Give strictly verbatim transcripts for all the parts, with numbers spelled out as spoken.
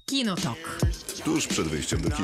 Kinotok. Tuż przed wyjściem do kina.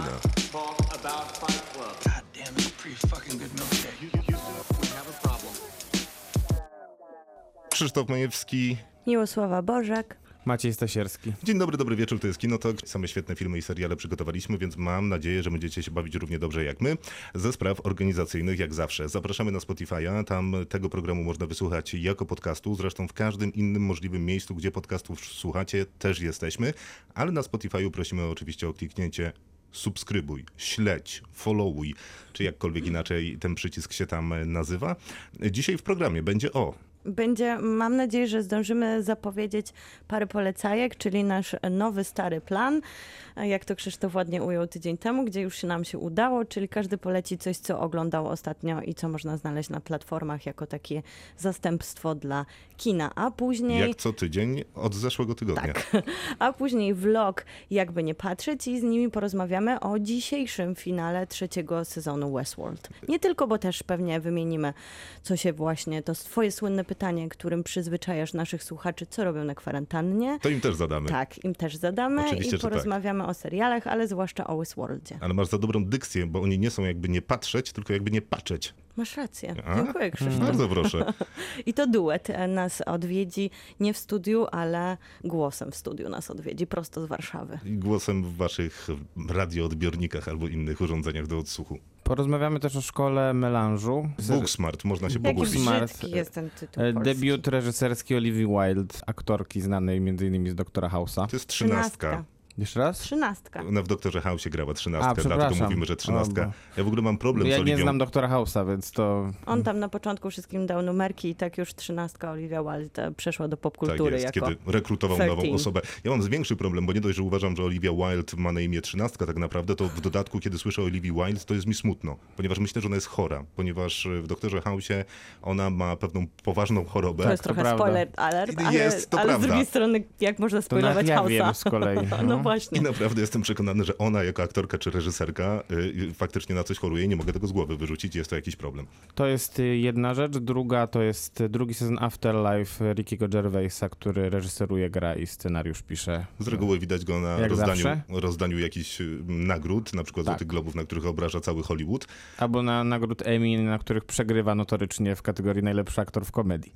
Krzysztof Majewski. Miłosława Bożek. Maciej Stasierski. Dzień dobry, dobry wieczór, to jest Kinotok. Same świetne filmy i seriale przygotowaliśmy, więc mam nadzieję, że będziecie się bawić równie dobrze jak my. Ze spraw organizacyjnych, jak zawsze. Zapraszamy na Spotify'a, tam tego programu można wysłuchać jako podcastu. Zresztą w każdym innym możliwym miejscu, gdzie podcastów słuchacie, też jesteśmy. Ale na Spotify'u prosimy oczywiście o kliknięcie subskrybuj, śledź, followuj, czy jakkolwiek inaczej ten przycisk się tam nazywa. Dzisiaj w programie będzie o... Będzie, mam nadzieję, że zdążymy zapowiedzieć parę polecajek, czyli nasz nowy, stary plan, jak to Krzysztof ładnie ujął tydzień temu, gdzie już się nam się udało, czyli każdy poleci coś, co oglądał ostatnio i co można znaleźć na platformach jako takie zastępstwo dla kina, a później... Jak co tydzień od zeszłego tygodnia. Tak, a później vlog, jakby nie patrzeć, i z nimi porozmawiamy o dzisiejszym finale trzeciego sezonu Westworld. Nie tylko, bo też pewnie wymienimy, co się właśnie, to twoje słynne pytanie, którym przyzwyczajasz naszych słuchaczy, co robią na kwarantannie. To im też zadamy. Tak, im też zadamy. Oczywiście, i porozmawiamy tak. o serialach, ale zwłaszcza o Westworldzie. Ale masz za dobrą dykcję, bo oni nie są jakby nie patrzeć, tylko jakby nie patrzeć. Masz rację. A? Dziękuję, Krzysztof. Bardzo proszę. I to duet nas odwiedzi nie w studiu, ale głosem w studiu nas odwiedzi, prosto z Warszawy. I głosem w waszych radioodbiornikach albo innych urządzeniach do odsłuchu. Porozmawiamy też o szkole melanżu. Booksmart, można się Jaki pogubić. brzydki jest ten tytuł polski. Debiut reżyserski Olivia Wilde, aktorki znanej między innymi z Doktora House'a. To jest trzynastka. Trzynastka. Jeszcze raz? Trzynastka. Ona w Doktorze House'ie grała A, trzynastkę, dlatego przepraszam. mówimy, że trzynastka. O, bo- Ja w ogóle mam problem z Ja nie Oliwią. znam Doktora House'a, więc to... On tam na początku wszystkim dał numerki i tak już trzynastka Olivia Wilde przeszła do Tak popkultury jest, jako... kiedy rekrutował nową thirteen. osobę. Ja mam większy problem, bo nie dość, że uważam, że Olivia Wilde ma na imię trzynastka tak naprawdę, to w dodatku, kiedy słyszę o Olivii Wilde, to jest mi smutno, ponieważ myślę, że ona jest chora, ponieważ w Doktorze House'ie ona ma pewną poważną chorobę. To jest to trochę prawda. spoiler alert, ale, Jest, to ale z prawda. drugiej strony jak można To nawet spoilować ja House'a? wiem z kolei. No No. właśnie. I naprawdę jestem przekonany, że ona jako aktorka czy reżyserka y, faktycznie na coś choruje i nie mogę tego z głowy wyrzucić, jest to jakiś problem. To jest y, jedna rzecz. Druga to jest drugi sezon Afterlife Rickiego Gervaisa, który reżyseruje, gra i scenariusz pisze. Z reguły widać go na Jak rozdaniu, zawsze? rozdaniu jakichś y, nagród, na przykład Tak. Złotych Globów, na których obraża cały Hollywood. Albo na nagród Emmy, na których przegrywa notorycznie w kategorii najlepszy aktor w komedii.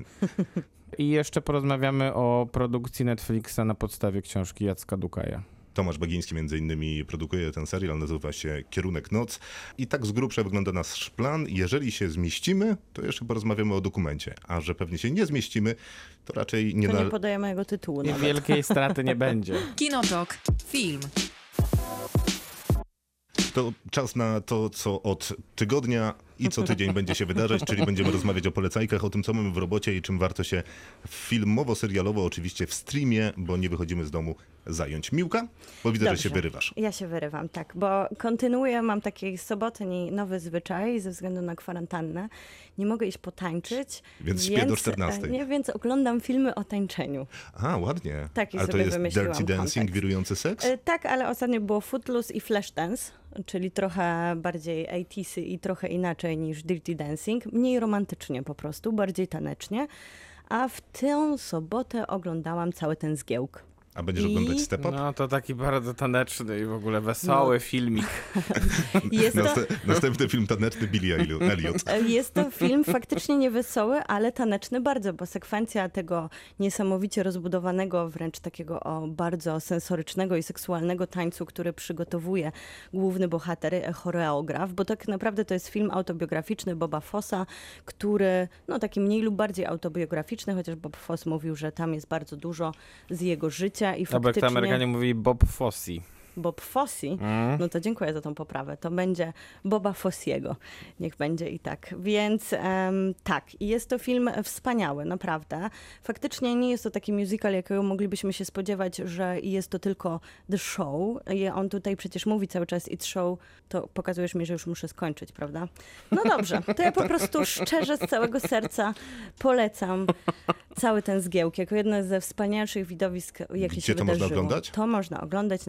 I jeszcze porozmawiamy o produkcji Netflixa na podstawie książki Jacka Dukaja. Tomasz Bagiński między innymi produkuje ten serial, nazywa się Kierunek Noc i tak z grubsza wygląda nasz plan. Jeżeli się zmieścimy, to jeszcze porozmawiamy o dokumencie, a że pewnie się nie zmieścimy, to raczej nie... To na... nie podajemy jego tytułu I nawet. wielkiej straty nie będzie. Kinotok. Film. To czas na to, co od tygodnia i co tydzień będzie się wydarzać, czyli będziemy rozmawiać o polecajkach, o tym, co mamy w robocie i czym warto się filmowo-serialowo, oczywiście w streamie, bo nie wychodzimy z domu, zająć. Miłka? Bo widzę, Dobrze. że się wyrywasz. Ja się wyrywam, tak, bo kontynuuję, mam taki sobotni nowy zwyczaj ze względu na kwarantannę. Nie mogę iść potańczyć. Więc śpię do czternastej. Nie, więc oglądam filmy o tańczeniu. A, ładnie. Taki Ale to sobie jest wymyśliłam Dirty Dancing, kontekst. wirujący seks? E, Tak, ale ostatnio było Footloose i Flashdance, czyli trochę bardziej osiemdziesiąte i trochę inaczej niż Dirty Dancing. Mniej romantycznie po prostu, bardziej tanecznie. A w tę sobotę oglądałam cały ten zgiełk. A będziesz I- oglądać Step Up? No to taki bardzo taneczny i w ogóle wesoły No. filmik. Jest to, Następ, następny film taneczny Billy Elliot. jest to film faktycznie niewesoły, ale taneczny bardzo, bo sekwencja tego niesamowicie rozbudowanego, wręcz takiego o bardzo sensorycznego i seksualnego tańcu, który przygotowuje główny bohater, e, choreograf, bo tak naprawdę to jest film autobiograficzny Boba Fossa, który, no taki mniej lub bardziej autobiograficzny, chociaż Bob Foss mówił, że tam jest bardzo dużo z jego życia i Albo jak faktycznie... to Amerykanie mówili Bob Fosse. Bob Fosse, Mm. no to dziękuję za tą poprawę. To będzie Boba Fossiego. Niech będzie i tak. Więc em, tak, i jest to film wspaniały, naprawdę. Faktycznie nie jest to taki musical, jakiego moglibyśmy się spodziewać, że jest to tylko the show. I on tutaj przecież mówi cały czas it's show, to pokazujesz mi, że już muszę skończyć, prawda? No dobrze, to ja po prostu szczerze z całego serca polecam cały ten zgiełk, jako jedno ze wspanialszych widowisk, jakie Gdzie się to można wydarzyło. oglądać? To można oglądać na H B O.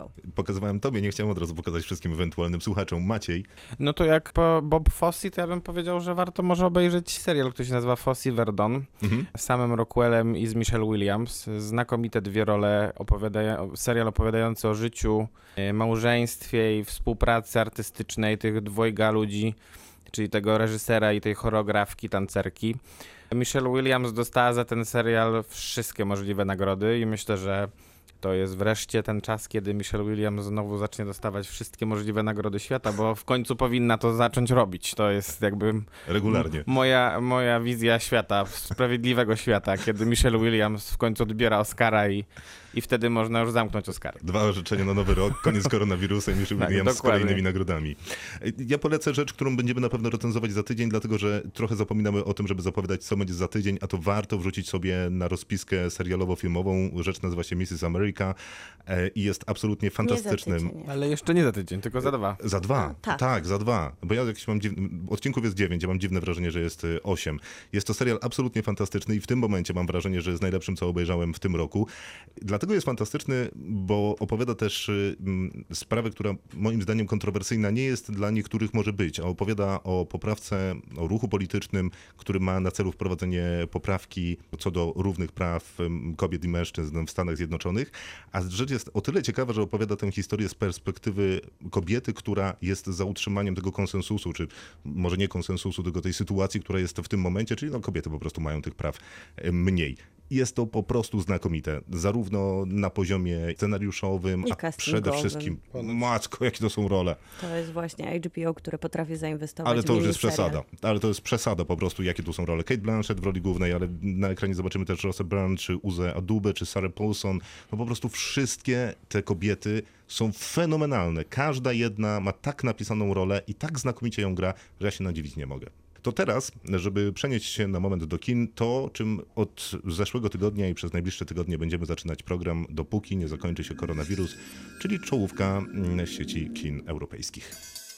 O. Pokazywałem tobie, nie chciałem od razu pokazać wszystkim ewentualnym słuchaczom. Maciej. No to jak po Bob Fosse, to ja bym powiedział, że warto może obejrzeć serial, który się nazywa Fosse Verdon, Mhm. z samym Rockwellem i z Michelle Williams. Znakomite dwie role, opowiadają, serial opowiadający o życiu, e, małżeństwie i współpracy artystycznej tych dwojga ludzi, czyli tego reżysera i tej choreografki, tancerki. Michelle Williams dostała za ten serial wszystkie możliwe nagrody i myślę, że to jest wreszcie ten czas, kiedy Michelle Williams znowu zacznie dostawać wszystkie możliwe nagrody świata, bo w końcu powinna to zacząć robić. To jest jakby Regularnie. m- moja, moja wizja świata, sprawiedliwego świata, kiedy Michelle Williams w końcu odbiera Oscara i, i wtedy można już zamknąć Oscary. Dwa orzeczenia na nowy rok, koniec koronawirusa i Michelle Tak, Williams z dokładnie. kolejnymi nagrodami. Ja polecę rzecz, którą będziemy na pewno recenzować za tydzień, dlatego że trochę zapominamy o tym, żeby zapowiadać, co będzie za tydzień, a to warto wrzucić sobie na rozpiskę serialowo-filmową. Rzecz nazywa się missus America e, i jest absolutnie fantastycznym. Nie za tydzień. Ale jeszcze nie za tydzień, tylko za dwa. Za dwa, A, tak. tak, za dwa. Bo ja jakiś mam dziwny, odcinków jest dziewięć, ja mam dziwne wrażenie, że jest y, osiem. Jest to serial absolutnie fantastyczny i w tym momencie mam wrażenie, że jest najlepszym, co obejrzałem w tym roku. Dlatego jest fantastyczny, bo opowiada też y, m, sprawę, która moim zdaniem kontrowersyjna nie jest dla niektórych może być, a opowiada o poprawce, o ruchu politycznym, który ma na celu wprowadzenie poprawki co do równych praw em, kobiet i mężczyzn w Stanach Zjednoczonych. A rzecz jest o tyle ciekawa, że opowiada tę historię z perspektywy kobiety, która jest za utrzymaniem tego konsensusu, czy może nie konsensusu, tylko tej sytuacji, która jest w tym momencie, czyli no kobiety po prostu mają tych praw e, mniej. Jest to po prostu znakomite, zarówno na poziomie scenariuszowym, I a przede castingowym. wszystkim, matko, jakie to są role. To jest właśnie H B O, które potrafi zainwestować Ale to w już jest miniserial. przesada. Ale to jest przesada po prostu, jakie tu są role. Kate Blanchett w roli głównej, ale na ekranie zobaczymy też Rossę Byrne, czy Uzę Adubę, czy Sarah Paulson. No po prostu wszystkie te kobiety są fenomenalne. Każda jedna ma tak napisaną rolę i tak znakomicie ją gra, że ja się nadziwić nie mogę. To teraz, żeby przenieść się na moment do kin, to czym od zeszłego tygodnia i przez najbliższe tygodnie będziemy zaczynać program, dopóki nie zakończy się koronawirus, czyli czołówka mm, sieci kin europejskich.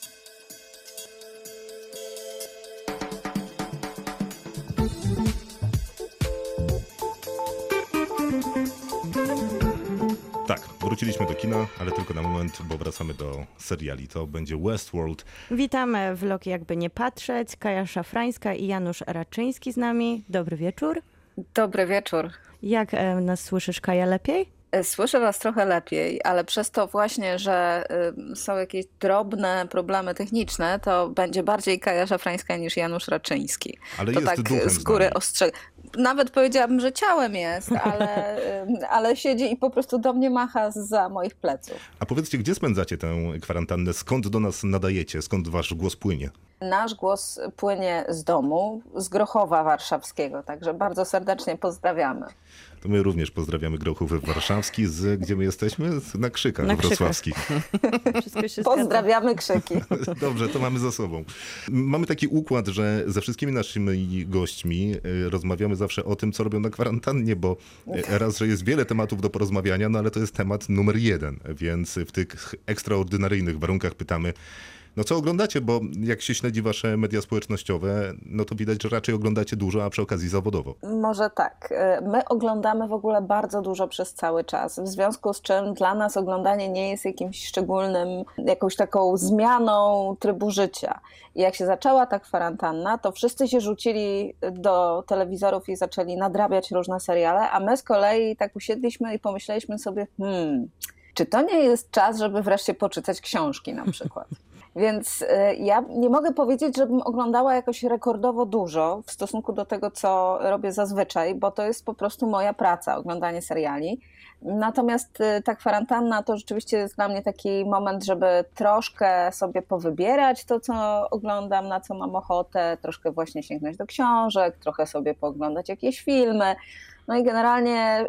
Tak, wróciliśmy do kina, ale tylko na moment, bo wracamy do seriali. To będzie Westworld. Witamy w Loki jakby nie patrzeć. Kaja Szafrańska i Janusz Raczyński z nami. Dobry wieczór. Dobry wieczór. Jak e, nas słyszysz, Kaja, lepiej? Słyszę was trochę lepiej, ale przez to właśnie, że y, są jakieś drobne problemy techniczne, to będzie bardziej Kaja Szafrańska niż Janusz Raczyński. Ale to jest tak duchem z góry z nami. ostrzegam. Nawet powiedziałabym, że ciałem jest, ale, y, ale siedzi i po prostu do mnie macha zza moich pleców. A powiedzcie, gdzie spędzacie tę kwarantannę? Skąd do nas nadajecie? Skąd wasz głos płynie? Nasz głos płynie z domu, z Grochowa Warszawskiego, także bardzo serdecznie pozdrawiamy. To my również pozdrawiamy Grochów Warszawski, z gdzie my jesteśmy? Z- Na Krzykach Na Krzykach. wrocławskich. Wszystko się zgadza. Pozdrawiamy Krzyki. Dobrze, to mamy za sobą. Mamy taki układ, że ze wszystkimi naszymi gośćmi y, rozmawiamy zawsze o tym, co robią na kwarantannie, bo y, raz, że jest wiele tematów do porozmawiania, no ale to jest temat numer jeden, więc w tych ekstraordynaryjnych warunkach pytamy, no co oglądacie, bo jak się śledzi wasze media społecznościowe, no to widać, że raczej oglądacie dużo, a przy okazji zawodowo. Może tak. My oglądamy w ogóle bardzo dużo przez cały czas, w związku z czym dla nas oglądanie nie jest jakimś szczególnym, jakąś taką zmianą trybu życia. I jak się zaczęła ta kwarantanna, to wszyscy się rzucili do telewizorów i zaczęli nadrabiać różne seriale, a my z kolei tak usiedliśmy i pomyśleliśmy sobie, hmm, czy to nie jest czas, żeby wreszcie poczytać książki na przykład? Więc y, ja nie mogę powiedzieć, żebym oglądała jakoś rekordowo dużo w stosunku do tego, co robię zazwyczaj, bo to jest po prostu moja praca, oglądanie seriali. Natomiast y, ta kwarantanna to rzeczywiście jest dla mnie taki moment, żeby troszkę sobie powybierać to, co oglądam, na co mam ochotę, troszkę właśnie sięgnąć do książek, trochę sobie pooglądać jakieś filmy. No i generalnie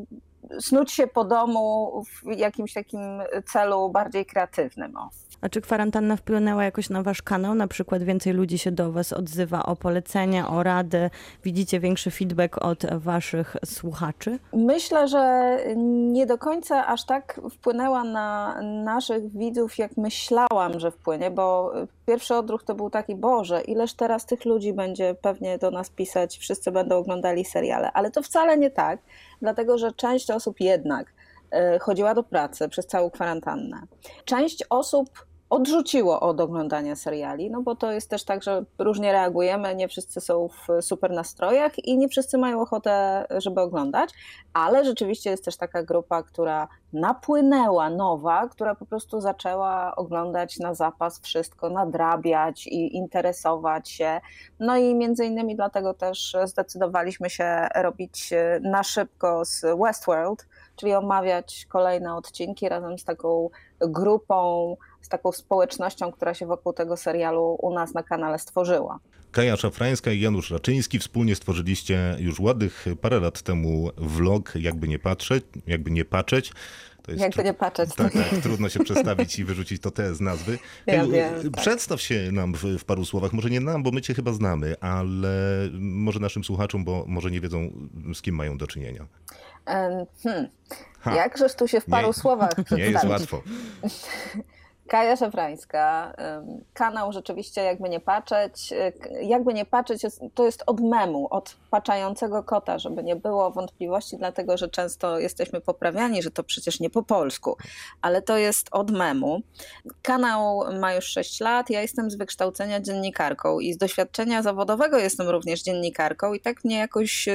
y, snuć się po domu w jakimś takim celu bardziej kreatywnym. O. A czy kwarantanna wpłynęła jakoś na wasz kanał? Na przykład więcej ludzi się do was odzywa o polecenia, o rady? Widzicie większy feedback od waszych słuchaczy? Myślę, że nie do końca aż tak wpłynęła na naszych widzów, jak myślałam, że wpłynie, bo pierwszy odruch to był taki, Boże, ileż teraz tych ludzi będzie pewnie do nas pisać, wszyscy będą oglądali seriale, ale to wcale nie tak, dlatego że część osób jednak chodziła do pracy przez całą kwarantannę. Część osób odrzuciło od oglądania seriali, no bo to jest też tak, że różnie reagujemy, nie wszyscy są w super nastrojach i nie wszyscy mają ochotę, żeby oglądać, ale rzeczywiście jest też taka grupa, która napłynęła, nowa, która po prostu zaczęła oglądać na zapas wszystko, nadrabiać i interesować się. No i między innymi dlatego też zdecydowaliśmy się robić na szybko z Westworld, czyli omawiać kolejne odcinki razem z taką grupą, z taką społecznością, która się wokół tego serialu u nas na kanale stworzyła. Kaja Szafrańska i Janusz Raczyński wspólnie stworzyliście już ładnych parę lat temu vlog Jakby nie patrzeć, jakby nie patrzeć. To jest Jakby nie patrzeć. Tak, tak, trudno się przestawić i wyrzucić to te z nazwy. Ja Kaju, wiem, tak. Przedstaw się nam w, w paru słowach, może nie nam, bo my cię chyba znamy, ale może naszym słuchaczom, bo może nie wiedzą, z kim mają do czynienia. Hmm. Ha. Jakżeż tu się w paru nie, słowach przedstawić? Nie jest łatwo. Kaja Szafrańska, kanał rzeczywiście Jakby nie patrzeć, jakby nie patrzeć jest, to jest od memu, od paczającego kota, żeby nie było wątpliwości, dlatego że często jesteśmy poprawiani, że to przecież nie po polsku, ale to jest od memu. Kanał ma już sześć lat, ja jestem z wykształcenia dziennikarką i z doświadczenia zawodowego jestem również dziennikarką i tak mnie jakoś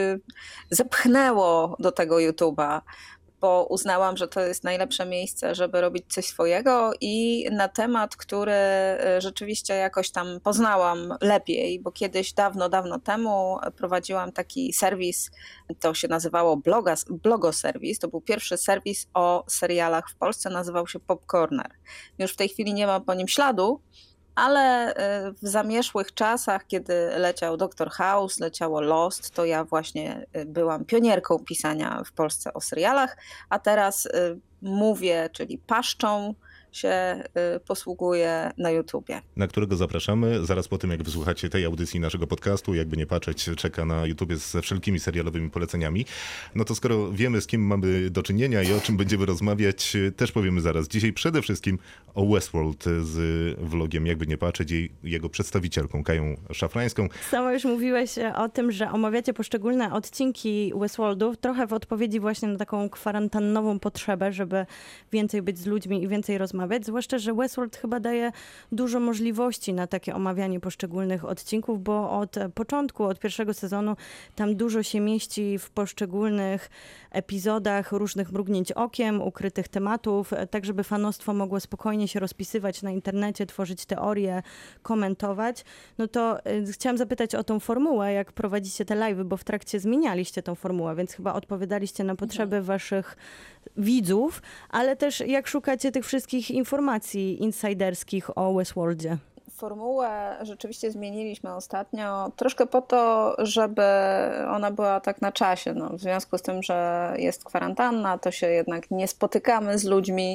zepchnęło do tego YouTube'a, bo uznałam, że to jest najlepsze miejsce, żeby robić coś swojego i na temat, który rzeczywiście jakoś tam poznałam lepiej, bo kiedyś dawno, dawno temu prowadziłam taki serwis, to się nazywało Bloga, Blogoserwis, to był pierwszy serwis o serialach w Polsce, nazywał się Popcorner. Już w tej chwili nie ma po nim śladu, ale w zamieszłych czasach, kiedy leciał doktor House, leciało Lost, to ja właśnie byłam pionierką pisania w Polsce o serialach, a teraz mówię, czyli paszczą się posługuje na YouTubie. Na którego zapraszamy zaraz po tym, jak wysłuchacie tej audycji naszego podcastu. Jakby nie patrzeć, czeka na YouTubie ze wszelkimi serialowymi poleceniami. No to skoro wiemy, z kim mamy do czynienia i o czym będziemy rozmawiać, też powiemy zaraz. Dzisiaj przede wszystkim o Westworld z vlogiem Jakby nie patrzeć i jego przedstawicielką Kają Szafrańską. Sama już mówiłeś o tym, że omawiacie poszczególne odcinki Westworldu, trochę w odpowiedzi właśnie na taką kwarantannową potrzebę, żeby więcej być z ludźmi i więcej rozmawiać. Zwłaszcza, że Westworld chyba daje dużo możliwości na takie omawianie poszczególnych odcinków, bo od początku, od pierwszego sezonu tam dużo się mieści w poszczególnych epizodach różnych mrugnięć okiem, ukrytych tematów, tak żeby fanostwo mogło spokojnie się rozpisywać na internecie, tworzyć teorie, komentować. No to y, chciałam zapytać o tą formułę, jak prowadzicie te live'y, bo w trakcie zmienialiście tą formułę, więc chyba odpowiadaliście na potrzeby mhm. waszych widzów, ale też jak szukacie tych wszystkich informacji insiderskich o Westworldzie? Formułę rzeczywiście zmieniliśmy ostatnio, troszkę po to, żeby ona była tak na czasie. No, w związku z tym, że jest kwarantanna, to się jednak nie spotykamy z ludźmi,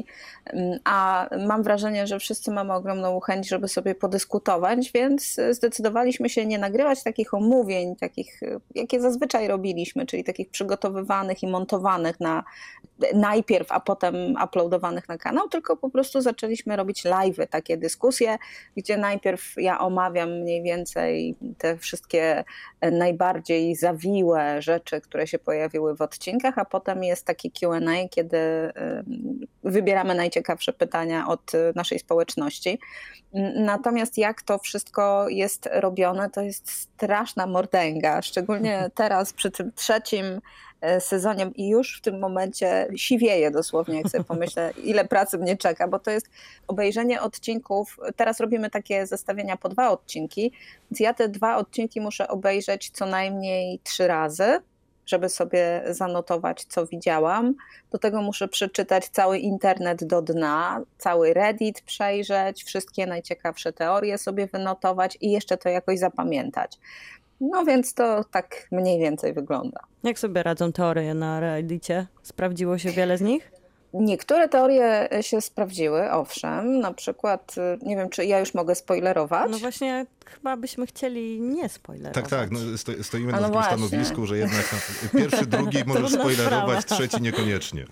a mam wrażenie, że wszyscy mamy ogromną chęć, żeby sobie podyskutować, więc zdecydowaliśmy się nie nagrywać takich omówień, takich, jakie zazwyczaj robiliśmy, czyli takich przygotowywanych i montowanych na najpierw, a potem uploadowanych na kanał, tylko po prostu zaczęliśmy robić live'y, takie dyskusje, gdzie najpierw ja omawiam mniej więcej te wszystkie najbardziej zawiłe rzeczy, które się pojawiły w odcinkach, a potem jest taki Q and A, kiedy wybieramy najciekawsze pytania od naszej społeczności. Natomiast jak to wszystko jest robione, to jest straszna mordęga, szczególnie teraz przy tym trzecim sezonie i już w tym momencie siwieję dosłownie, jak sobie pomyślę, ile pracy mnie czeka, bo to jest obejrzenie odcinków, teraz robimy takie zestawienia po dwa odcinki, więc ja te dwa odcinki muszę obejrzeć co najmniej trzy razy, żeby sobie zanotować, co widziałam. Do tego muszę przeczytać cały internet do dna, cały Reddit przejrzeć, wszystkie najciekawsze teorie sobie wynotować i jeszcze to jakoś zapamiętać. No więc to tak mniej więcej wygląda. Jak sobie radzą teorie na Reddicie? Sprawdziło się wiele z nich? Niektóre teorie się sprawdziły, owszem. Na przykład, nie wiem, czy ja już mogę spoilerować? No właśnie, chyba byśmy chcieli nie spoilerować. Tak, tak. No, sto, stoimy no na takim właśnie. stanowisku, że jednak pierwszy, drugi możesz spoilerować, trzeci niekoniecznie.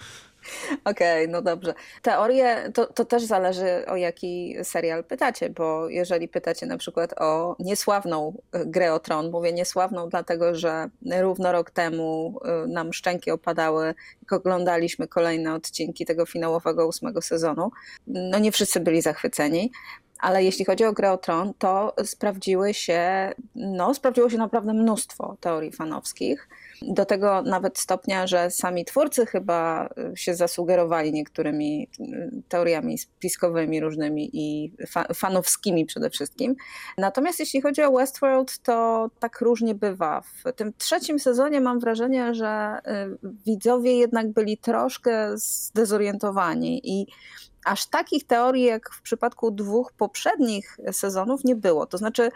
Okej, okay, no dobrze. Teorie to, to też zależy, o jaki serial pytacie, bo jeżeli pytacie na przykład o niesławną Grę o Tron, mówię niesławną dlatego, że równo rok temu nam szczęki opadały, jak oglądaliśmy kolejne odcinki tego finałowego ósmego sezonu, no nie wszyscy byli zachwyceni. Ale jeśli chodzi o Grę o Tron, to sprawdziły się, no sprawdziło się naprawdę mnóstwo teorii fanowskich. Do tego nawet stopnia, że sami twórcy chyba się zasugerowali niektórymi teoriami spiskowymi różnymi i fa- fanowskimi przede wszystkim. Natomiast jeśli chodzi o Westworld, to tak różnie bywa. W tym trzecim sezonie mam wrażenie, że widzowie jednak byli troszkę zdezorientowani i aż takich teorii jak w przypadku dwóch poprzednich sezonów nie było. To znaczy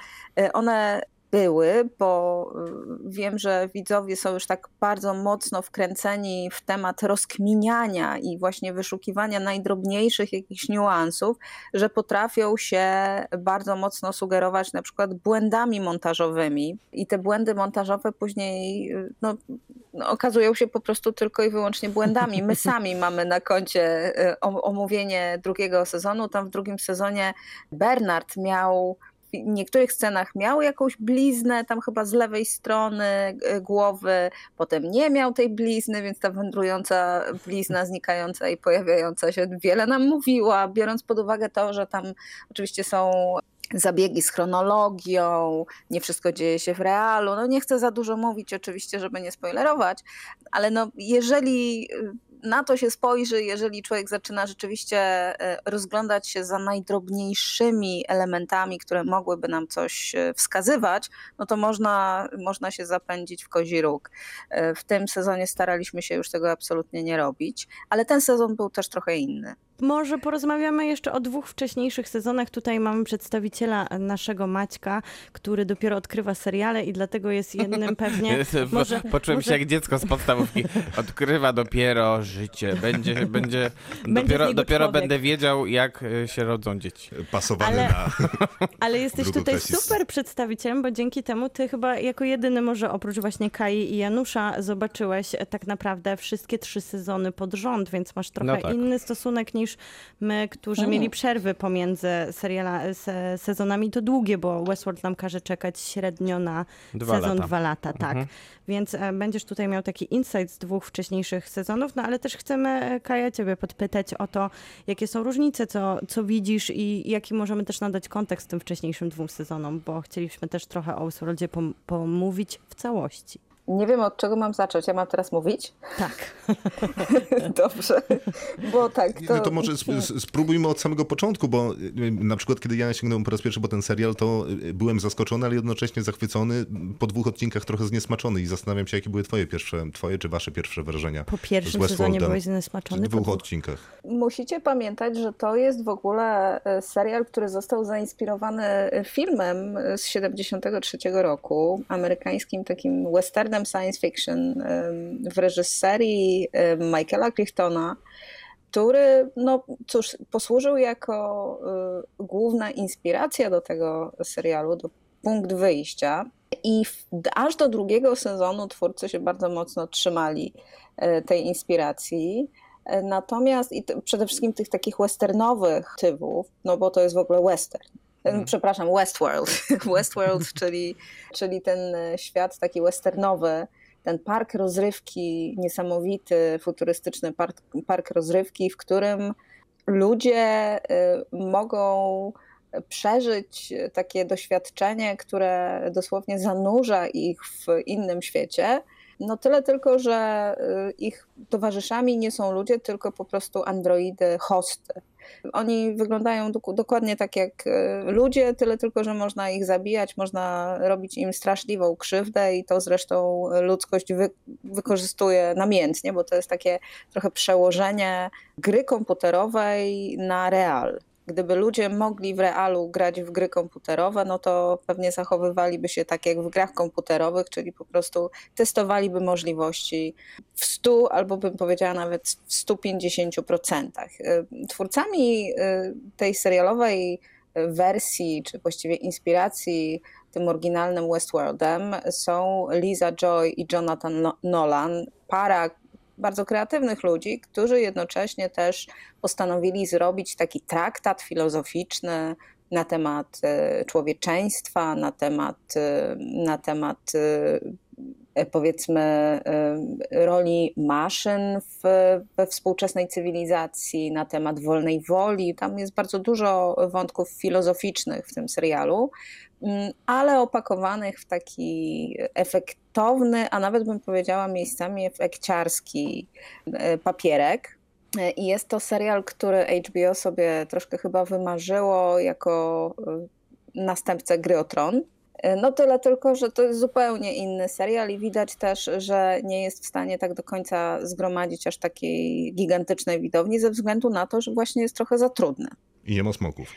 one były, bo wiem, że widzowie są już tak bardzo mocno wkręceni w temat rozkminiania i właśnie wyszukiwania najdrobniejszych jakichś niuansów, że potrafią się bardzo mocno sugerować na przykład błędami montażowymi i te błędy montażowe później no, no, okazują się po prostu tylko i wyłącznie błędami. My sami mamy na koncie omówienie drugiego sezonu, tam w drugim sezonie Bernard miał w niektórych scenach miał jakąś bliznę, tam chyba z lewej strony głowy, potem nie miał tej blizny, więc ta wędrująca blizna, znikająca i pojawiająca się wiele nam mówiła, biorąc pod uwagę to, że tam oczywiście są zabiegi z chronologią, nie wszystko dzieje się w realu. No nie chcę za dużo mówić oczywiście, żeby nie spoilerować, ale no jeżeli na to się spojrzy, jeżeli człowiek zaczyna rzeczywiście rozglądać się za najdrobniejszymi elementami, które mogłyby nam coś wskazywać, no to można, można się zapędzić w kozi róg. W tym sezonie staraliśmy się już tego absolutnie nie robić, ale ten sezon był też trochę inny. Może porozmawiamy jeszcze o dwóch wcześniejszych sezonach. Tutaj mamy przedstawiciela naszego Maćka, który dopiero odkrywa seriale i dlatego jest jednym pewnie... może, Poczułem może... się jak dziecko z podstawówki. Odkrywa dopiero życie. Będzie, będzie, będzie dopiero dopiero będę wiedział, jak się rodzą dzieci. Pasowany ale, na... Ale jesteś tutaj Brutotesis. super przedstawicielem, bo dzięki temu ty chyba jako jedyny może oprócz właśnie Kai i Janusza zobaczyłeś tak naprawdę wszystkie trzy sezony pod rząd, więc masz trochę No tak. inny stosunek niż my, którzy Mhm. mieli przerwy pomiędzy seriala, se, sezonami. To długie, bo Westworld nam każe czekać średnio na Dwa sezon lata. dwa lata, tak. Mhm. Więc e, będziesz tutaj miał taki insight z dwóch wcześniejszych sezonów, no ale też chcemy, e, Kaja, ciebie podpytać o to, jakie są różnice, co, co widzisz i jaki możemy też nadać kontekst tym wcześniejszym dwóm sezonom, bo chcieliśmy też trochę o Westworldzie pom- pomówić w całości. Nie wiem, od czego mam zacząć. Ja mam teraz mówić? Tak. Dobrze, bo tak. To, To, to może sp- s- spróbujmy od samego początku, bo y, na przykład kiedy ja sięgnąłem po raz pierwszy po ten serial, to y, byłem zaskoczony, ale jednocześnie zachwycony, po dwóch odcinkach trochę zniesmaczony i zastanawiam się, jakie były twoje pierwsze, twoje czy wasze pierwsze wrażenia Po z pierwszym sezonie Westworldem. byłeś W zniesmaczony. dwóch po odcinkach. Musicie pamiętać, że to jest w ogóle serial, który został zainspirowany filmem z siedemdziesiątego trzeciego roku, amerykańskim takim westernem science fiction w reżyserii Michaela Crichtona, który, no cóż, posłużył jako główna inspiracja do tego serialu, do punkt wyjścia. I w, aż do drugiego sezonu twórcy się bardzo mocno trzymali tej inspiracji. Natomiast i t- przede wszystkim tych takich westernowych motywów, no bo to jest w ogóle western. Hmm. Przepraszam, Westworld. Westworld, czyli, czyli ten świat taki westernowy, ten park rozrywki, niesamowity, futurystyczny park, park rozrywki, w którym ludzie y, mogą przeżyć takie doświadczenie, które dosłownie zanurza ich w innym świecie. No tyle tylko, że ich towarzyszami nie są ludzie, tylko po prostu androidy, hosty. Oni wyglądają do, dokładnie tak jak ludzie, tyle tylko, że można ich zabijać, można robić im straszliwą krzywdę i to zresztą ludzkość wy, wykorzystuje namiętnie, bo to jest takie trochę przełożenie gry komputerowej na real. Gdyby ludzie mogli w realu grać w gry komputerowe, no to pewnie zachowywaliby się tak jak w grach komputerowych, czyli po prostu testowaliby możliwości w stu albo bym powiedziała nawet w stu pięćdziesięciu procentach. Twórcami tej serialowej wersji, czy właściwie inspiracji tym oryginalnym Westworldem są Lisa Joy i Jonathan Nolan, para bardzo kreatywnych ludzi, którzy jednocześnie też postanowili zrobić taki traktat filozoficzny na temat człowieczeństwa, na temat, na temat powiedzmy roli maszyn w, we współczesnej cywilizacji, na temat wolnej woli. Tam jest bardzo dużo wątków filozoficznych w tym serialu, ale opakowanych w taki efektowny, a nawet bym powiedziała miejscami efekciarski papierek. I jest to serial, który H B O sobie troszkę chyba wymarzyło jako następcę Gry o Tron. No tyle tylko, że to jest zupełnie inny serial i widać też, że nie jest w stanie tak do końca zgromadzić aż takiej gigantycznej widowni ze względu na to, że właśnie jest trochę za trudny. I nie ma smoków.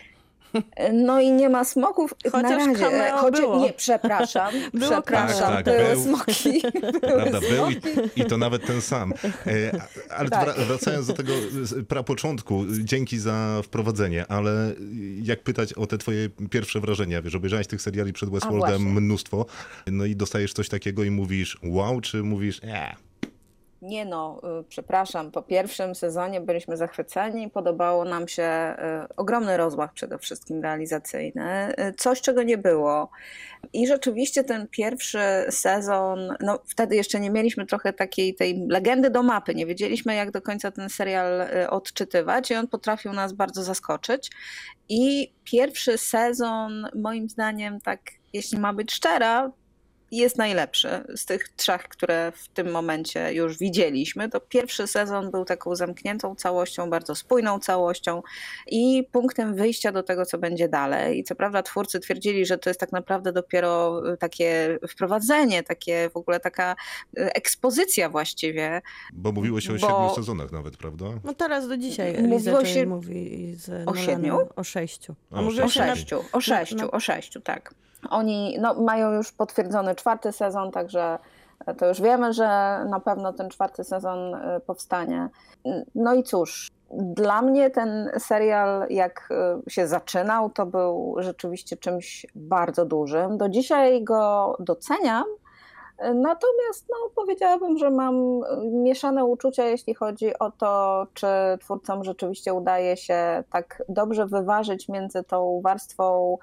No i nie ma smoków. Chociaż na razie. cameo Choć, było. Nie, przepraszam. Było przepraszam, tak, tak, były był. smoki. Prawda, były był i, smoki. i to nawet ten sam. E, ale Tak. wra- wracając do tego prapoczątku, dzięki za wprowadzenie, ale jak pytać o te twoje pierwsze wrażenia? Wiesz, obejrzałeś tych seriali przed Westworldem właśnie. mnóstwo, no i dostajesz coś takiego i mówisz wow, czy mówisz eee. Nie no, y, przepraszam, po pierwszym sezonie byliśmy zachwyceni, podobało nam się y, ogromny rozmach przede wszystkim realizacyjny, y, coś czego nie było. I rzeczywiście ten pierwszy sezon, no wtedy jeszcze nie mieliśmy trochę takiej tej legendy do mapy, nie wiedzieliśmy jak do końca ten serial y, odczytywać i on potrafił nas bardzo zaskoczyć. I pierwszy sezon moim zdaniem, tak jeśli ma być szczera, jest najlepszy z tych trzech, które w tym momencie już widzieliśmy. To pierwszy sezon był taką zamkniętą całością, bardzo spójną całością i punktem wyjścia do tego, co będzie dalej. I co prawda twórcy twierdzili, że to jest tak naprawdę dopiero takie wprowadzenie, takie w ogóle taka ekspozycja właściwie. Bo mówiłeś o Bo- siedmiu sezonach nawet, prawda? No teraz do dzisiaj Mówiło Liza się Joy mówi z Nolanem siedmiu? o sześciu. O, mówiło O się na- sześciu, o sześciu, no. o sześciu, tak. Oni no, mają już potwierdzony czwarty sezon, także to już wiemy, że na pewno ten czwarty sezon y, powstanie. No i cóż, dla mnie ten serial, jak y, się zaczynał, to był rzeczywiście czymś bardzo dużym. Do dzisiaj go doceniam, natomiast no, powiedziałabym, że mam mieszane uczucia, jeśli chodzi o to, czy twórcom rzeczywiście udaje się tak dobrze wyważyć między tą warstwą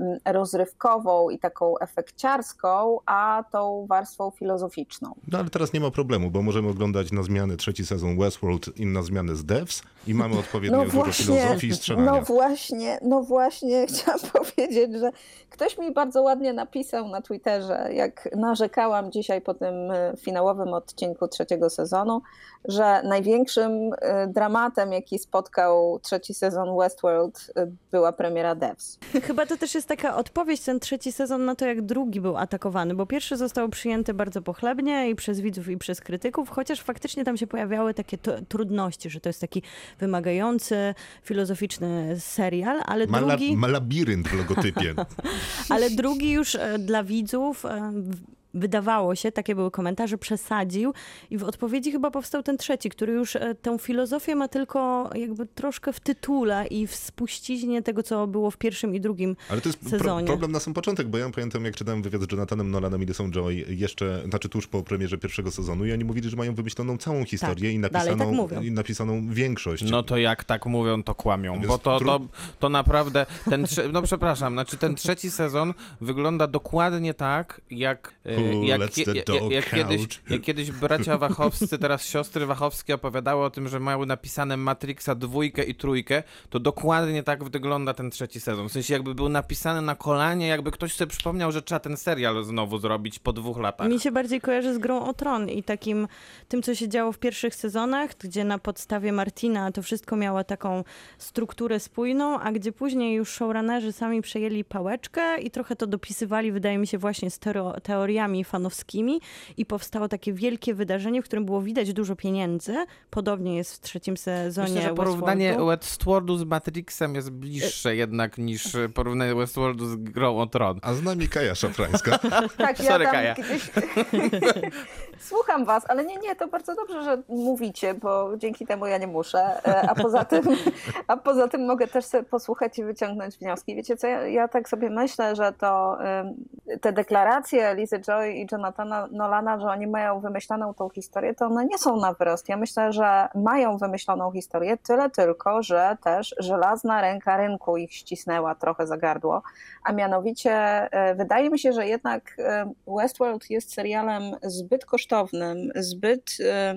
rozrywkową i taką efekciarską, a tą warstwą filozoficzną. No ale teraz nie ma problemu, bo możemy oglądać na zmianę trzeci sezon Westworld i na zmianę z Devs i mamy odpowiednio dużo filozofii i strzelania. no właśnie, no właśnie chciałam powiedzieć, że ktoś mi bardzo ładnie napisał na Twitterze, jak narzekałam dzisiaj po tym finałowym odcinku trzeciego sezonu, że największym dramatem, jaki spotkał trzeci sezon Westworld, była premiera Devs. Chyba to też jest taka odpowiedź, ten trzeci sezon, na to, jak drugi był atakowany, bo pierwszy został przyjęty bardzo pochlebnie i przez widzów, i przez krytyków, chociaż faktycznie tam się pojawiały takie t- trudności, że to jest taki wymagający, filozoficzny serial, ale Ma, la, drugi... ma labirynt w logotypie. Ale drugi już e, dla widzów e, w- wydawało się, takie były komentarze, przesadził i w odpowiedzi chyba powstał ten trzeci, który już e, tę filozofię ma tylko jakby troszkę w tytule i w spuściźnie tego, co było w pierwszym i drugim Ale to jest pro, sezonie. problem na sam początek, bo ja pamiętam, jak czytałem wywiad z Jonathanem Nolanem i Lysą Joy jeszcze, znaczy tuż po premierze pierwszego sezonu i oni mówili, że mają wymyśloną całą historię i, dalej napisaną, tak mówią. i napisaną większość. No to jak tak mówią, to kłamią, Więc bo to, to, tru- to naprawdę, ten trze- no przepraszam, znaczy ten trzeci sezon wygląda dokładnie tak, jak, e, Who jak, lets the jak, dog jak, kiedyś, out? jak kiedyś bracia Wachowscy, teraz siostry Wachowskie opowiadały o tym, że mają napisane Matrixa dwójkę i trójkę, to dokładnie tak wygląda ten trzeci sezon, w sensie jakby był napisany na kolanie, jakby ktoś sobie przypomniał, że trzeba ten serial znowu zrobić po dwóch latach. Mi się bardziej kojarzy z Grą o Tron i takim tym, co się działo w pierwszych sezonach, gdzie na podstawie Martina to wszystko miało taką strukturę spójną, a gdzie później już showrunnerzy sami przejęli pałeczkę i trochę to dopisywali, wydaje mi się, właśnie z tero- teoriami fanowskimi i powstało takie wielkie wydarzenie, w którym było widać dużo pieniędzy. Podobnie jest w trzecim sezonie Myślę, że porównanie Westworldu. Westworldu z Matrixem jest bliższe jednak niż porównanie Westworldu z Grą o Tron. A z nami Kaja Szafrańska. Tak, ja Sorry, tam Kaja. gdzieś... Słucham was, ale nie, nie, to bardzo dobrze, że mówicie, bo dzięki temu ja nie muszę, a poza tym, a poza tym mogę też sobie posłuchać i wyciągnąć wnioski. Wiecie co, ja, ja tak sobie myślę, że to te deklaracje Lizy Joy Joy i Jonathana Nolana, że oni mają wymyśloną tą historię, to one nie są na wyrost. Ja myślę, że mają wymyśloną historię, tyle tylko, że też żelazna ręka rynku ich ścisnęła trochę za gardło, a mianowicie wydaje mi się, że jednak Westworld jest serialem zbyt kosztownym, zbyt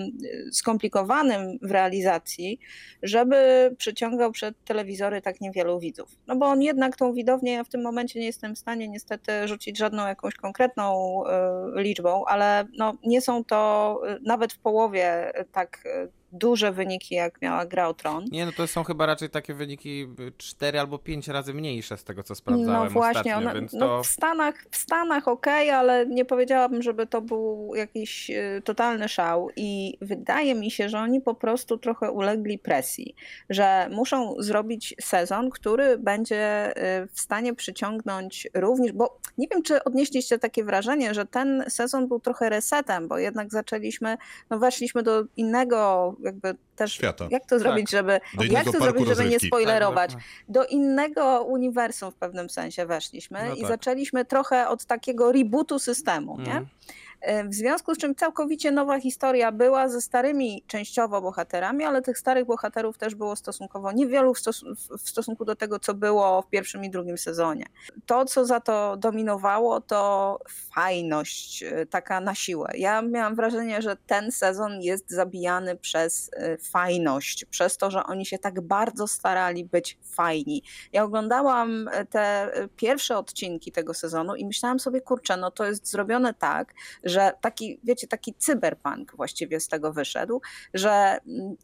skomplikowanym w realizacji, żeby przyciągał przed telewizory tak niewielu widzów. No bo on jednak tą widownię, ja w tym momencie nie jestem w stanie niestety rzucić żadną jakąś konkretną liczbą, ale no nie są to nawet w połowie tak duże wyniki, jak miała Gra o Tron. Nie, no to są chyba raczej takie wyniki cztery albo pięć razy mniejsze z tego, co sprawdzałem no właśnie, ostatnio, ona, więc to... no w Stanach, w Stanach okej, okay, ale nie powiedziałabym, żeby to był jakiś totalny szał i wydaje mi się, że oni po prostu trochę ulegli presji, że muszą zrobić sezon, który będzie w stanie przyciągnąć również, bo nie wiem, czy odnieśliście takie wrażenie, że ten sezon był trochę resetem, bo jednak zaczęliśmy, no weszliśmy do innego jakby też, świata. Jak to zrobić, tak. żeby, jak to zrobić, żeby nie spoilerować. Tak, do innego uniwersum w pewnym sensie weszliśmy no i tak. zaczęliśmy trochę od takiego rebootu systemu, nie? Mm. W związku z czym całkowicie nowa historia była ze starymi częściowo bohaterami, ale tych starych bohaterów też było stosunkowo niewielu w, stos- w stosunku do tego, co było w pierwszym i drugim sezonie. To, co za to dominowało, to fajność, taka na siłę. Ja miałam wrażenie, że ten sezon jest zabijany przez fajność, przez to, że oni się tak bardzo starali być fajni. Ja oglądałam te pierwsze odcinki tego sezonu i myślałam sobie, kurczę, no to jest zrobione tak, że taki, wiecie, taki cyberpunk właściwie z tego wyszedł, że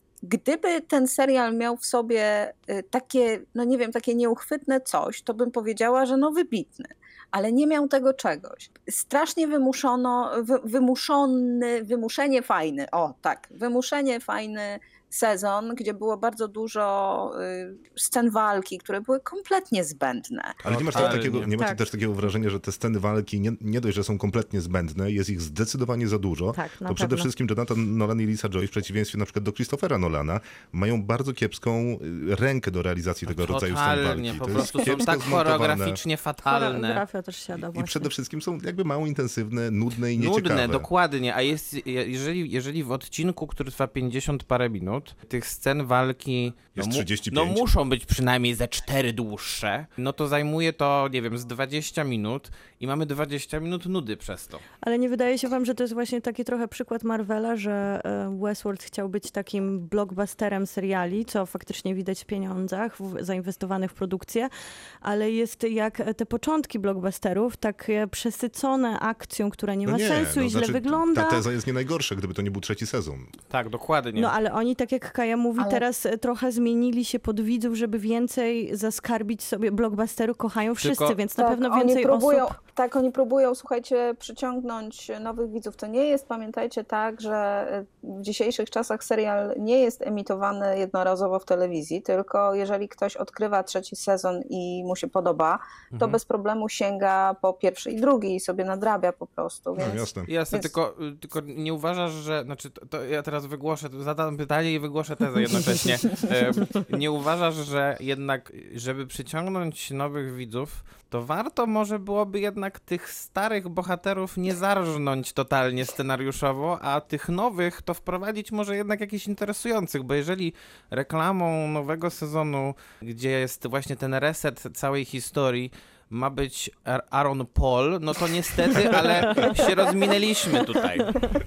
gdyby ten serial miał w sobie takie, no nie wiem, takie nieuchwytne coś, to bym powiedziała, że no wybitny, ale nie miał tego czegoś. Strasznie wymuszono, wy, wymuszony, wymuszenie fajny, o tak, wymuszenie fajny sezon, gdzie było bardzo dużo y, scen walki, które były kompletnie zbędne. Ale nie masz Ale takiego, nie. nie macie Tak. też takiego wrażenia, że te sceny walki nie, nie dość, że są kompletnie zbędne, jest ich zdecydowanie za dużo, Tak, na to przede pewno. wszystkim Jonathan Nolan i Lisa Joy, w przeciwieństwie na przykład do Christophera Nolana, mają bardzo kiepską y, rękę do realizacji tego rodzaju scen Totalnie, walki. po To jest prostu są kiepsko tak zmontowane. choreograficznie fatalne. Choreografia też siada I właśnie. przede wszystkim są jakby mało intensywne, nudne i nieciekawe. Nudne, dokładnie, a jest, jeżeli, jeżeli w odcinku, który trwa pięćdziesiąt parę minut, tych scen walki no, Jest mu- trzydzieści no pięć. muszą być przynajmniej ze cztery dłuższe, no to zajmuje to, nie wiem, z dwadzieścia minut i mamy dwadzieścia minut nudy przez to. Ale nie wydaje się wam, że to jest właśnie taki trochę przykład Marvela, że e, Westworld chciał być takim blockbusterem seriali, co faktycznie widać w pieniądzach w, zainwestowanych w produkcję, ale jest jak te początki blockbusterów, takie przesycone akcją, która nie ma No nie, sensu no i źle znaczy, wygląda. Ta teza jest nie najgorsza, gdyby to nie był trzeci sezon. Tak, dokładnie. No ale oni, tak jak Kaja mówi, Ale- teraz e, trochę zmienili się pod widzów, żeby więcej zaskarbić sobie blockbusteru, kochają wszyscy, Tylko- więc na Tak, pewno oni więcej próbują, osób... Tak, oni próbują, słuchajcie, przyciągnąć nowych widzów. To nie jest, pamiętajcie, tak, że w dzisiejszych czasach serial nie jest emitowany jednorazowo w telewizji, tylko jeżeli ktoś odkrywa trzeci sezon i mu się podoba, to Mhm. bez problemu sięga po pierwszy i drugi i sobie nadrabia po prostu. No Więc jasne. Jasne, Więc- tylko, tylko nie uważasz, że, znaczy to, to ja teraz wygłoszę, zadam pytanie i wygłoszę tezę jednocześnie. E, nie uważasz, że jednak, żeby przyciągnąć nowych widzów, to warto może byłoby jednak tych starych bohaterów nie zarżnąć totalnie scenariuszowo, a tych nowych to wprowadzić może jednak jakichś interesujących, bo jeżeli reklamą nowego sezonu, gdzie jest właśnie ten reset całej historii, ma być Ar- Aaron Paul, no to niestety, ale się rozminęliśmy tutaj.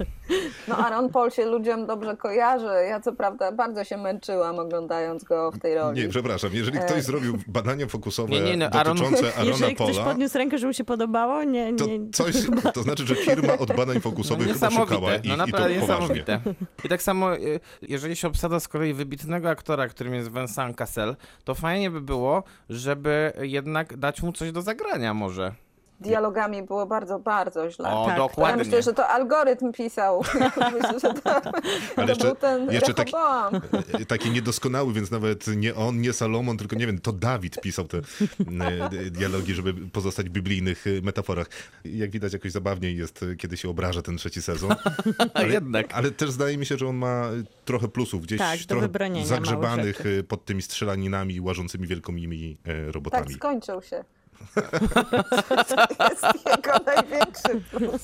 no Aaron Paul się ludziom dobrze kojarzy. Ja co prawda bardzo się męczyłam oglądając go w tej roli. Nie, przepraszam, jeżeli E, ktoś zrobił badania fokusowe Nie, nie, no, Aaron- dotyczące Arona Jeżeli ktoś Paula, podniósł rękę, że mu się podobało, nie, to nie. coś, to znaczy, że firma od badań fokusowych No chyba szukała niesamowite, ich no i to naprawdę poważnie. niesamowite. I tak samo, y, jeżeli się obsadza z kolei wybitnego aktora, którym jest Vincent Cassel, to fajnie by było, żeby jednak dać mu coś do zagrania może. Dialogami było bardzo, bardzo źle. O, Tak. Ja dokładnie. myślę, że to algorytm pisał. Myślę, że to, Ale to jeszcze- był ten jeszcze taki- Rehoboam. E, Taki niedoskonały, więc nawet nie on, nie Salomon, tylko nie wiem, to Dawid pisał te e, dialogi, żeby pozostać w biblijnych e, metaforach. Jak widać, jakoś zabawniej jest, e, kiedy się obraża ten trzeci sezon. A jednak. Ale też zdaje mi się, że on ma trochę plusów, gdzieś Tak, do trochę wybronienia zagrzebanych małych rzeczy. e, pod tymi strzelaninami łażącymi wielkimi e, robotami. Tak, skończył się. To jest jego największy plus.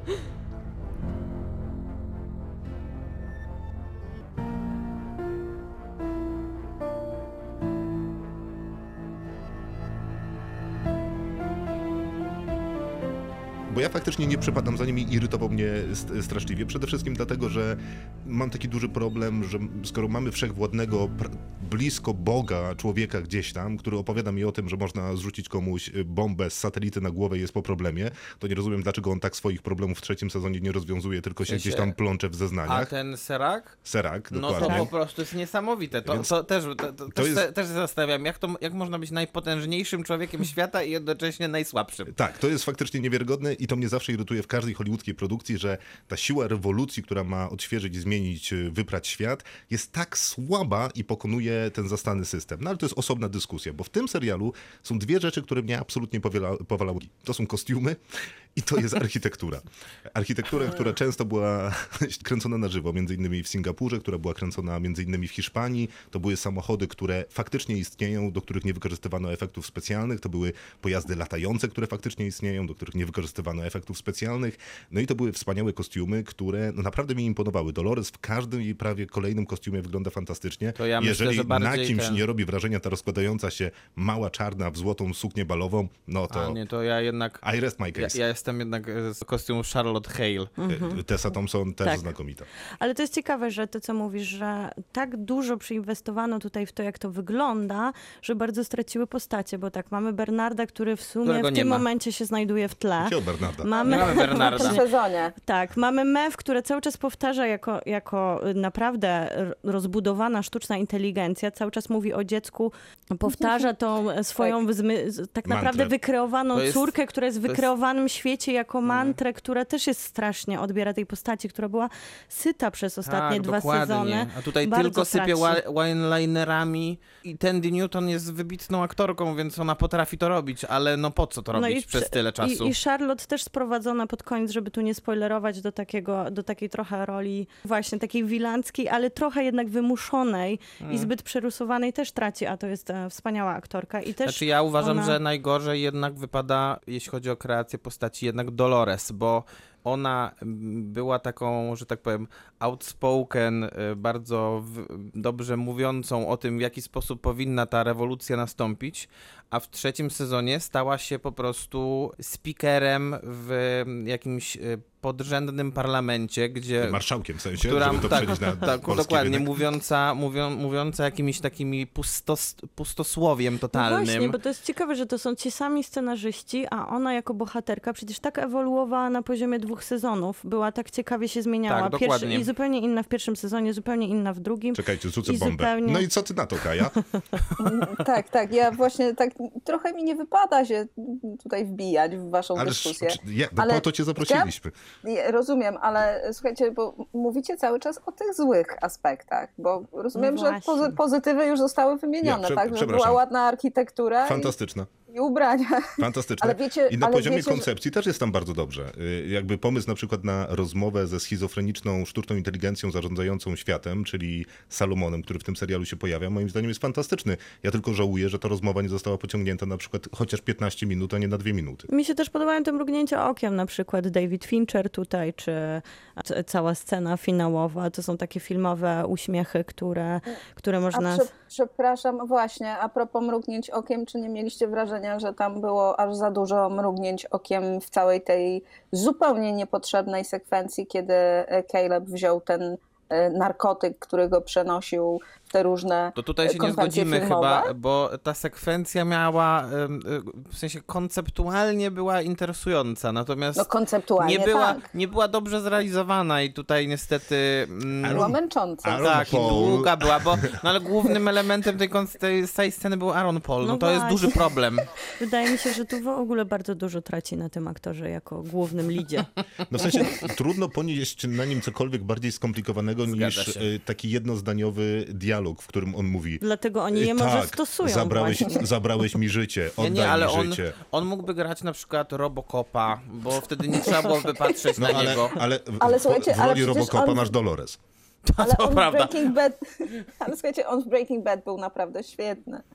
Bo ja faktycznie nie przypadam za nim i irytował mnie st- straszliwie. Przede wszystkim dlatego, że mam taki duży problem, że skoro mamy wszechwładnego, pr- blisko Boga człowieka gdzieś tam, który opowiada mi o tym, że można zrzucić komuś bombę z satelity na głowę i jest po problemie, to nie rozumiem, dlaczego on tak swoich problemów w trzecim sezonie nie rozwiązuje, tylko się gdzieś tam plącze w A zeznaniach. ten Serak? Serak, No dokładnie. to po prostu jest niesamowite. To, Więc to też, to, to też, jest- se, też się zastanawiam, jak, to, jak można być najpotężniejszym człowiekiem świata i jednocześnie najsłabszym. Tak, to jest faktycznie niewiarygodne i to mnie zawsze irytuje w każdej hollywoodzkiej produkcji, że ta siła rewolucji, która ma odświeżyć, zmienić, wyprać świat, jest tak słaba i pokonuje ten zastany system. No ale to jest osobna dyskusja, bo w tym serialu są dwie rzeczy, które mnie absolutnie powiela- powalały. To są kostiumy i to jest architektura. Architektura, która często była kręcona na żywo, między innymi w Singapurze, która była kręcona między innymi w Hiszpanii. To były samochody, które faktycznie istnieją, do których nie wykorzystywano efektów specjalnych. To były pojazdy latające, które faktycznie istnieją, do których nie wykorzystywano efektów specjalnych. No i to były wspaniałe kostiumy, które no, naprawdę mi imponowały. Dolores w każdym i prawie kolejnym kostiumie wygląda fantastycznie. To ja myślę, Jeżeli że bardziej na kimś ten- nie robi wrażenia ta rozkładająca się mała czarna w złotą suknię balową, no A to nie, to ja jednak... I rest my Ja, case. ja jestem jednak z kostiumu Charlotte Hale. E, Tessa Thompson też Tak. znakomita. Ale to jest ciekawe, że to, co mówisz, że tak dużo przyinwestowano tutaj w to, jak to wygląda, że bardzo straciły postacie, bo tak, mamy Bernarda, który w sumie Którego w nie tym ma. momencie się znajduje w tle. Gdzie od Bernarda? Mamy, Nie mamy W Bernarda. tym sezonie. Tak, mamy Mew, która cały czas powtarza jako, jako naprawdę r- rozbudowana sztuczna inteligencja, cały czas mówi o dziecku, powtarza tą swoją wyzmy, z- tak naprawdę Mantrę. wykreowaną To jest- córkę, która jest w to jest- wykreowanym świecie jako mantrę, która też jest strasznie, odbiera tej postaci, która była syta przez ostatnie tak, dwa dokładnie. sezony. A tutaj Bardzo tylko sypie traci. wi- winelinerami i Tandy Newton jest wybitną aktorką, więc ona potrafi to robić, ale no po co to robić przez prze- tyle czasu? I, I Charlotte też sprowadzona pod koniec, żeby tu nie spoilerować, do takiego, do takiej trochę roli właśnie takiej wilanckiej, ale trochę jednak wymuszonej Mm. i zbyt przerysowanej też traci, a to jest e, wspaniała aktorka. I też Znaczy ja uważam, ona... że najgorzej jednak wypada, jeśli chodzi o kreację postaci, jednak Dolores, bo ona mm, była taką, że tak powiem, outspoken, y, bardzo w, dobrze mówiącą o tym, w jaki sposób powinna ta rewolucja nastąpić, a w trzecim sezonie stała się po prostu speakerem w jakimś y, podrzędnym parlamencie, gdzie... Marszałkiem w sensie, która, żeby to tak, przenieść na tak, polski dokładnie, rynek. mówiąca, mówią, mówiąca jakimiś takimi pustos, pustosłowiem No totalnym. właśnie, bo to jest ciekawe, że to są ci sami scenarzyści, a ona jako bohaterka przecież tak ewoluowała na poziomie dwóch sezonów. Była tak ciekawie się zmieniała. Tak, dokładnie. I zupełnie inna w pierwszym sezonie, zupełnie inna w drugim. Czekajcie, rzucę I bombę. zupełnie- No i co ty na to, Kaja? Tak, tak. Ja właśnie tak trochę mi nie wypada się tutaj wbijać w waszą Ale dyskusję. ja, no Ale po to cię zaprosiliśmy. Nie, rozumiem, ale słuchajcie, bo mówicie cały czas o tych złych aspektach, bo rozumiem, No że właśnie. pozy- pozytywy już zostały wymienione, Ja, prze- tak? Że przepraszam. była ładna architektura Fantastyczna. i, i ubrania. Fantastyczne. Ale wiecie- I na ale poziomie wiecie, że- koncepcji też jest tam bardzo dobrze. Y, Jakby pomysł na przykład na rozmowę ze schizofreniczną sztuczną inteligencją zarządzającą światem, czyli Salomonem, który w tym serialu się pojawia, moim zdaniem jest fantastyczny. Ja tylko żałuję, że ta rozmowa nie została pociągnięta na przykład chociaż piętnaście minut, a nie na dwie minuty. Mi się też podobają te mrugnięcia okiem, na przykład David Fincher tutaj, czy c- cała scena finałowa. To są takie filmowe uśmiechy, które, które A można... prze, przepraszam, właśnie, a propos mrugnięć okiem, czy nie mieliście wrażenia, że tam było aż za dużo mrugnięć okiem w całej tej zupełnie niepotrzebnej sekwencji, kiedy Caleb wziął ten e, narkotyk, który go przenosił w te różne To tutaj się nie konwencje zgodzimy filmowe? chyba, bo ta sekwencja miała, ym, y, w sensie konceptualnie była interesująca, natomiast No konceptualnie nie była, tak. nie była dobrze zrealizowana i tutaj niestety... mm, Była męcząca. Aaron tak, i Paul. długa była, bo no ale głównym elementem tej, kon- tej, tej sceny był Aaron Paul. No, No to jest właśnie. duży problem. Wydaje mi się, że tu w ogóle bardzo dużo traci na tym aktorze jako głównym lidzie. No w sensie trudno ponieść na nim cokolwiek bardziej skomplikowanego Zgadza niż się. y, taki jednozdaniowy dialog, w którym on mówi Dlatego oni je y, może tak, stosują zabrałeś, właśnie. zabrałeś mi życie, Nie, oddaj nie, ale mi on, życie. on mógłby grać na przykład Robocopa, bo wtedy nie trzeba było wypatrzeć No na ale, niego. ale, w, Ale w, słuchajcie, w ale roli przecież Robocopa on- masz Dolores. Ale to on w prawda. Breaking Bad, ale słuchajcie, on w Breaking Bad był naprawdę świetny.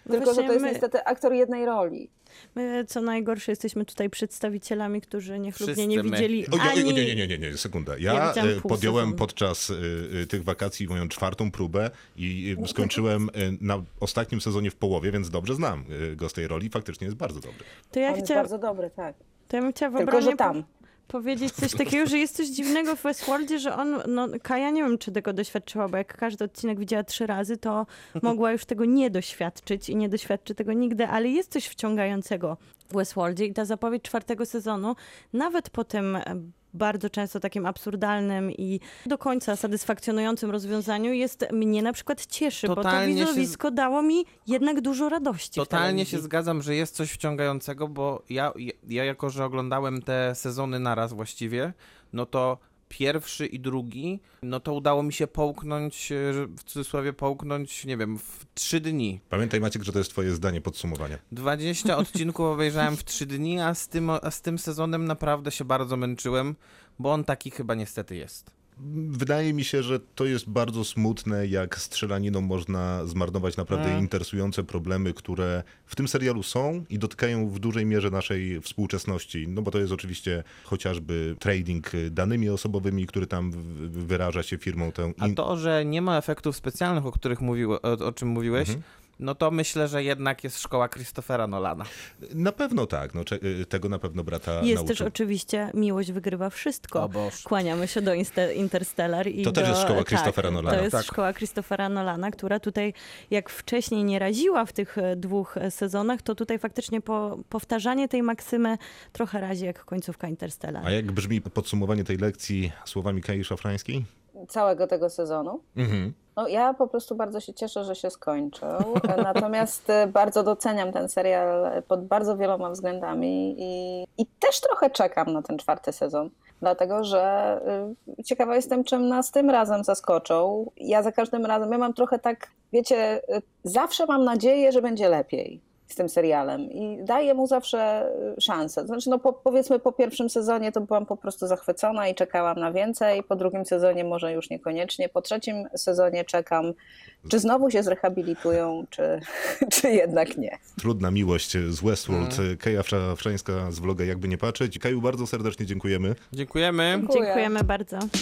No Tylko, że właśnie to jest my- niestety aktor jednej roli. My, co najgorsze, jesteśmy tutaj przedstawicielami, którzy niechlubnie nie Wszyscy my. widzieli O, ja, ani... o, nie, nie, nie, nie, nie, sekunda. Ja Ja, widziałam e, pół podjąłem sezonu. podczas e, tych wakacji moją czwartą próbę i e, skończyłem e, na ostatnim sezonie w połowie, więc dobrze znam e, go z tej roli. Faktycznie jest bardzo dobry. To ja, On jest chciała, bardzo dobry, tak. to ja bym chciała w Tylko, że obronie po- tam. powiedzieć coś takiego, że jest coś dziwnego w Westworldzie, że on, no Kaja nie wiem, czy tego doświadczyła, bo jak każdy odcinek widziała trzy razy, to mogła już tego nie doświadczyć i nie doświadczy tego nigdy, ale jest coś wciągającego w Westworldzie i ta zapowiedź czwartego sezonu, nawet po tym e, bardzo często takim absurdalnym i do końca satysfakcjonującym rozwiązaniu jest, mnie na przykład cieszy, Totalnie bo się to z- widowisko dało mi jednak dużo radości w Totalnie telewizji. się zgadzam, że jest coś wciągającego, bo ja, ja, ja jako, że oglądałem te sezony naraz właściwie, no to pierwszy i drugi, no to udało mi się połknąć, e, że- w cudzysłowie połknąć, nie wiem, w trzy dni. Pamiętaj, Maciek, że to jest twoje zdanie podsumowania. dwadzieścia odcinków obejrzałem w trzy dni, a z, tym, a z tym sezonem naprawdę się bardzo męczyłem, bo on taki chyba niestety jest. Wydaje mi się, że to jest bardzo smutne, jak strzelaniną można zmarnować naprawdę Mm. interesujące problemy, które w tym serialu są i dotykają w dużej mierze naszej współczesności. No bo to jest oczywiście chociażby trading danymi osobowymi, który tam w- wyraża się firmą tę. A in- to, że nie ma efektów specjalnych, o których mówił, o, o czym mówiłeś, Mhm. no to myślę, że jednak jest szkoła Christophera Nolana. Na pewno tak, no, cze- tego na pewno brata Jest nauczył. też oczywiście Miłość wygrywa wszystko. O Boże. Kłaniamy się do Inste- Interstellar. I To też do, jest szkoła tak, Christophera Nolana. To jest Tak. szkoła Christophera Nolana, która tutaj, jak wcześniej nie raziła w tych e, dwóch e, sezonach, to tutaj faktycznie po, powtarzanie tej maksymy trochę razi jak końcówka Interstellar. A jak brzmi podsumowanie tej lekcji słowami Kai Szafrańskiej? Całego tego sezonu. Mhm. No, ja po prostu bardzo się cieszę, że się skończył. Natomiast e, bardzo doceniam ten serial pod bardzo wieloma względami i, i też trochę czekam na ten czwarty sezon. Dlatego, że y, ciekawa jestem, czym nas tym razem zaskoczą. Ja za każdym razem, ja mam trochę tak, wiecie, y, zawsze mam nadzieję, że będzie lepiej z tym serialem i daję mu zawsze y, szansę. Znaczy, no po, powiedzmy po pierwszym sezonie to byłam po prostu zachwycona i czekałam na więcej, po drugim sezonie może już niekoniecznie, po trzecim sezonie czekam, czy znowu się zrehabilitują, czy, czy jednak nie. Trudna miłość z Westworld. Mm. Kaja Szafrańska z vloga Jakby nie patrzeć. Kaju, bardzo serdecznie dziękujemy. Dziękujemy. Dziękuję. Dziękujemy bardzo. You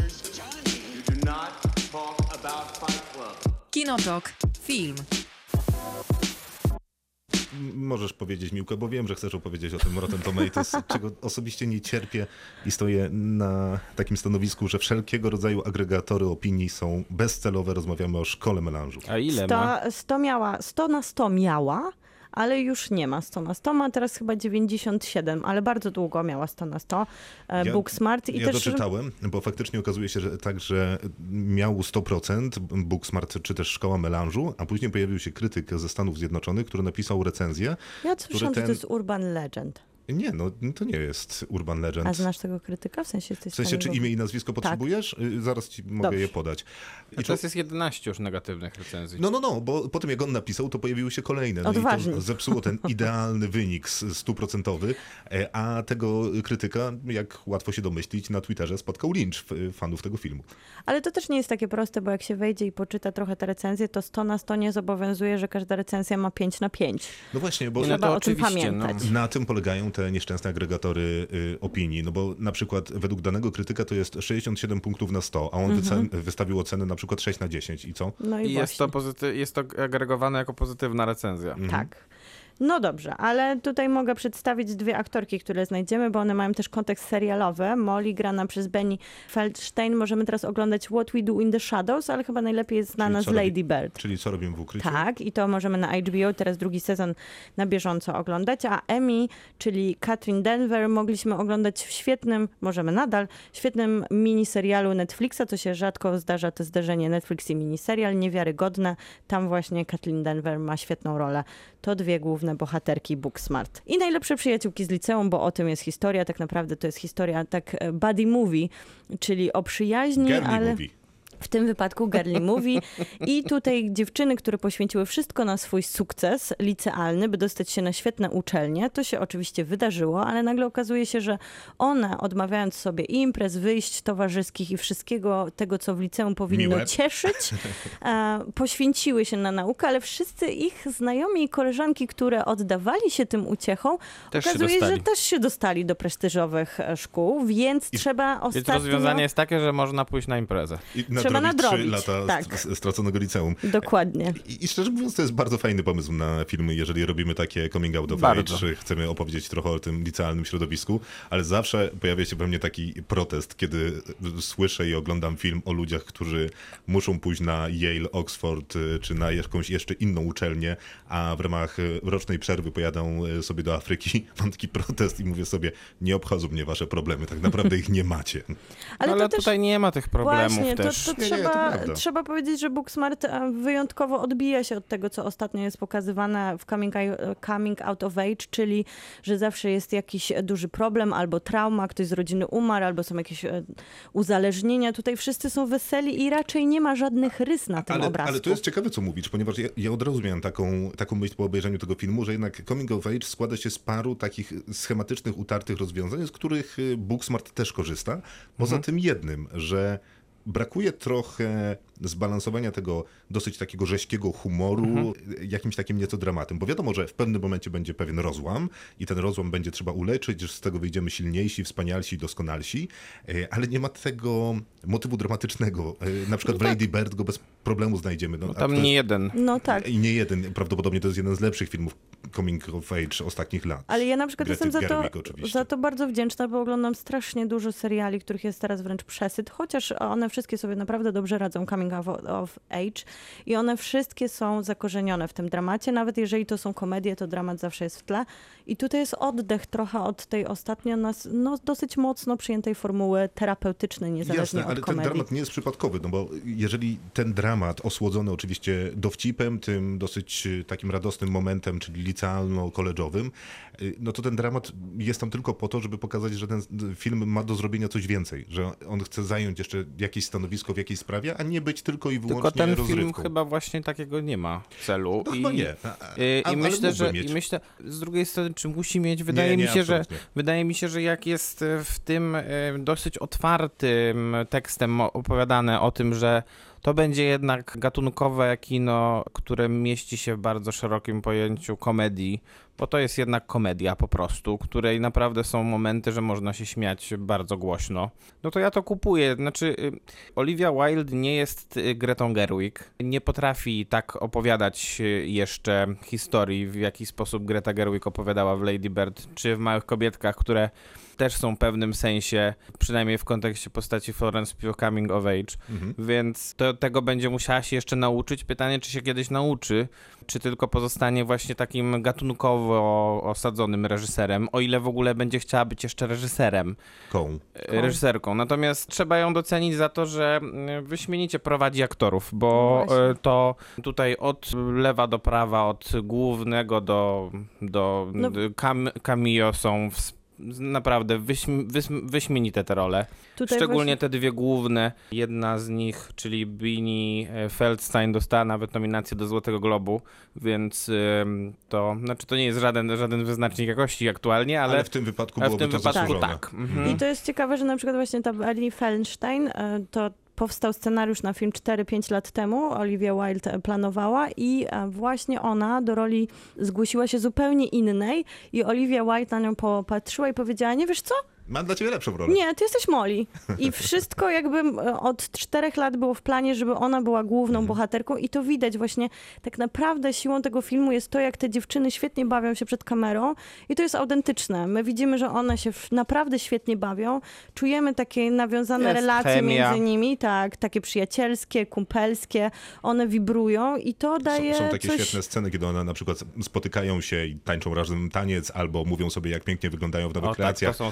do not talk about Fight Club. Kinotok. Film. M- Możesz powiedzieć, Miłka, bo wiem, że chcesz opowiedzieć o tym Rotten Tomatoes, czego osobiście nie cierpię i stoję na takim stanowisku, że wszelkiego rodzaju agregatory opinii są bezcelowe. Rozmawiamy o szkole melanżu. A ile ma? sto, sto miała, sto na sto miała, ale już nie ma sto na sto, ma teraz chyba dziewięćdziesiąt siedem, ale bardzo długo miała sto na sto. E, Ja- Booksmart i Ja też... doczytałem, bo faktycznie okazuje się, że także miał sto procent Booksmart czy też szkoła melanżu, a później pojawił się krytyk ze Stanów Zjednoczonych, który napisał recenzję. Ja słyszałam, ten- że to jest Urban Legend. Nie, no to nie jest Urban Legend. A znasz tego krytyka? W sensie jesteś W sensie, czy imię i nazwisko potrzebujesz? Y, Zaraz ci mogę Dobrze. je podać. I A teraz jest jedenaście już negatywnych recenzji. No, no, no, bo po tym jak on napisał, to pojawiły się kolejne. No i Odważni. to zepsuło ten idealny wynik s- stuprocentowy, e, a tego krytyka, jak łatwo się domyślić, na Twitterze spotkał lincz f- fanów tego filmu. Ale to też nie jest takie proste, bo jak się wejdzie i poczyta trochę te recenzje, to sto na sto nie zobowiązuje, że każda recenzja ma pięć na pięć. No właśnie, bo Nie, no Trzeba to o tym oczywiście, no. pamiętać. na tym polegają te nieszczęsne agregatory y, opinii, no bo na przykład według danego krytyka to jest sześćdziesiąt siedem punktów na sto, a on wycen- wystawił ocenę na przykład sześć na dziesięć i co? No i, I jest właśnie. to, pozyty- jest to agregowane jako pozytywna recenzja. Tak. No dobrze, ale tutaj mogę przedstawić dwie aktorki, które znajdziemy, bo one mają też kontekst serialowy. Molly grana przez Benny Feldstein. Możemy teraz oglądać What We Do in the Shadows, ale chyba najlepiej jest znana z co robi- Lady Bird. Czyli co robimy w ukryciu? Tak, i to możemy na H B O teraz drugi sezon na bieżąco oglądać, a Emmy, czyli Katrin Denver, mogliśmy oglądać w świetnym, możemy nadal, świetnym miniserialu Netflixa, co się rzadko zdarza, to zdarzenie Netflix i miniserial, niewiarygodne. Tam właśnie Katrin Denver ma świetną rolę. To dwie główne bohaterki Booksmart. I najlepsze przyjaciółki z liceum, bo o tym jest historia, tak naprawdę to jest historia tak e, buddy movie, czyli o przyjaźni, Girly ale... movie. W tym wypadku Girly Movie. I tutaj dziewczyny, które poświęciły wszystko na swój sukces licealny, by dostać się na świetne uczelnie. To się oczywiście wydarzyło, ale nagle okazuje się, że one, odmawiając sobie imprez, wyjść towarzyskich i wszystkiego tego, co w liceum powinno Miłe. cieszyć, e, poświęciły się na naukę, ale wszyscy ich znajomi i koleżanki, które oddawali się tym uciechom, Też się okazuje się, że dostali. też się dostali do prestiżowych e, szkół, więc I- trzeba Więc ostatnio... rozwiązanie jest takie, że można pójść na imprezę. I Trzeba nadrobić trzy nadrobić, lata tak. st- straconego liceum. Dokładnie. I, I szczerze mówiąc, to jest bardzo fajny pomysł na filmy, jeżeli robimy takie coming out of Bardzo. age, chcemy opowiedzieć trochę o tym licealnym środowisku, ale zawsze pojawia się we mnie taki protest, kiedy słyszę i oglądam film o ludziach, którzy muszą pójść na Yale, Oxford y, czy na jakąś jeszcze inną uczelnię, a w ramach y, rocznej przerwy pojadą y, sobie do Afryki. Mam taki protest i mówię sobie, nie obchodzą mnie wasze problemy, tak naprawdę ich nie macie. Ale, Ale to też... tutaj nie ma tych problemów Właśnie, też. to, to, Nie, nie, to trzeba, prawda. trzeba powiedzieć, że Booksmart e, wyjątkowo odbija się od tego, co ostatnio jest pokazywane w coming, I- coming out of age, czyli że zawsze jest jakiś duży problem albo trauma, ktoś z rodziny umarł, albo są jakieś e, uzależnienia. Tutaj wszyscy są weseli i raczej nie ma żadnych rys na tym Ale, obrazku. ale to jest ciekawe, co mówisz, ponieważ ja, ja od razu miałem taką, taką myśl po obejrzeniu tego filmu, że jednak coming of age składa się z paru takich schematycznych, utartych rozwiązań, z których y, Booksmart też korzysta. Poza tym jednym, że brakuje trochę zbalansowania tego dosyć takiego rzeźkiego humoru jakimś takim nieco dramatem, bo wiadomo, że w pewnym momencie będzie pewien rozłam i ten rozłam będzie trzeba uleczyć, że z tego wyjdziemy silniejsi, wspanialsi, doskonalsi, e, ale nie ma tego motywu dramatycznego. E, Na przykład w Lady Bird go bez problemu znajdziemy. No, No a tam to nie jest- jeden. No tak. I nie jeden, prawdopodobnie to jest jeden z lepszych filmów coming of age ostatnich lat. Ale ja na przykład Grety jestem za to, Gerwig oczywiście. za to bardzo wdzięczna, bo oglądam strasznie dużo seriali, których jest teraz wręcz przesyt, chociaż one wszystkie sobie naprawdę dobrze radzą coming of, of age i one wszystkie są zakorzenione w tym dramacie. Nawet jeżeli to są komedie, to dramat zawsze jest w tle. I tutaj jest oddech trochę od tej ostatnio nas, no, dosyć mocno przyjętej formuły terapeutycznej, niezależnie Jasne, od ale ten komedii. dramat nie jest przypadkowy, no bo jeżeli ten dramat osłodzony oczywiście dowcipem, tym dosyć y, takim radosnym momentem, czyli licealno-koleżowym, y, no to ten dramat jest tam tylko po to, żeby pokazać, że ten film ma do zrobienia coś więcej, że on chce zająć jeszcze jakieś stanowisko w jakiejś sprawie, a nie być tylko i wyłącznie Tylko ten rozrywką. film chyba właśnie takiego nie ma celu. No I, chyba nie. A- a- I, ale i myślę, że mógłby mieć. i myślę, z drugiej strony, czy musi mieć, wydaje Nie, nie, mi się, że absolutnie. wydaje mi się, że jak jest w tym e, dosyć otwartym tekstem opowiadane o tym, że to będzie jednak gatunkowe kino, które mieści się w bardzo szerokim pojęciu komedii, bo to jest jednak komedia po prostu, której naprawdę są momenty, że można się śmiać bardzo głośno. No to ja to kupuję. Znaczy, y, Olivia Wilde nie jest y, Gretą Gerwig. Nie potrafi tak opowiadać y, jeszcze historii, w jaki sposób Greta Gerwig opowiadała w Lady Bird, czy w Małych Kobietkach, które też są w pewnym sensie, przynajmniej w kontekście postaci Florence Pugh coming of age, Mhm. więc to, tego będzie musiała się jeszcze nauczyć. Pytanie, czy się kiedyś nauczy, czy tylko pozostanie właśnie takim gatunkowo osadzonym reżyserem, o ile w ogóle będzie chciała być jeszcze reżyserem, Koł. e, reżyserką. Natomiast trzeba ją docenić za to, że mm, wyśmienicie prowadzi aktorów, No bo właśnie. e, to tutaj od lewa do prawa, od głównego do, do No. d- cam, cameo są w, naprawdę wyśm, wys- wyśmienite te role. Tutaj Szczególnie właśnie- te dwie główne. Jedna z nich, czyli Beanie Feldstein, dostała nawet nominację do Złotego Globu, więc ym, to, znaczy to nie jest żaden, żaden wyznacznik jakości aktualnie, ale, Ale w tym wypadku ale w byłoby tym to wypadku zasłużone. tak. Mhm. I to jest ciekawe, że na przykład właśnie ta Ellie Feldstein, e, to powstał scenariusz na film cztery pięć lat temu, Olivia Wilde e, planowała i e, właśnie ona do roli zgłosiła się zupełnie innej i Olivia Wilde na nią popatrzyła i powiedziała, nie wiesz co? Mam dla ciebie lepszą rolę. Nie, ty jesteś Molly. I wszystko jakby e, od czterech lat było w planie, żeby ona była główną bohaterką i to widać właśnie tak naprawdę siłą tego filmu jest to, jak te dziewczyny świetnie bawią się przed kamerą i to jest autentyczne. My widzimy, że one się w- naprawdę świetnie bawią. Czujemy takie nawiązane Jest relacje chemia. między nimi, tak, takie przyjacielskie, kumpelskie. One wibrują i to daje Są, są takie coś... świetne sceny, kiedy one na przykład spotykają się i tańczą razem taniec, albo mówią sobie, jak pięknie wyglądają w nowych O, tak, kreacjach. to są super To,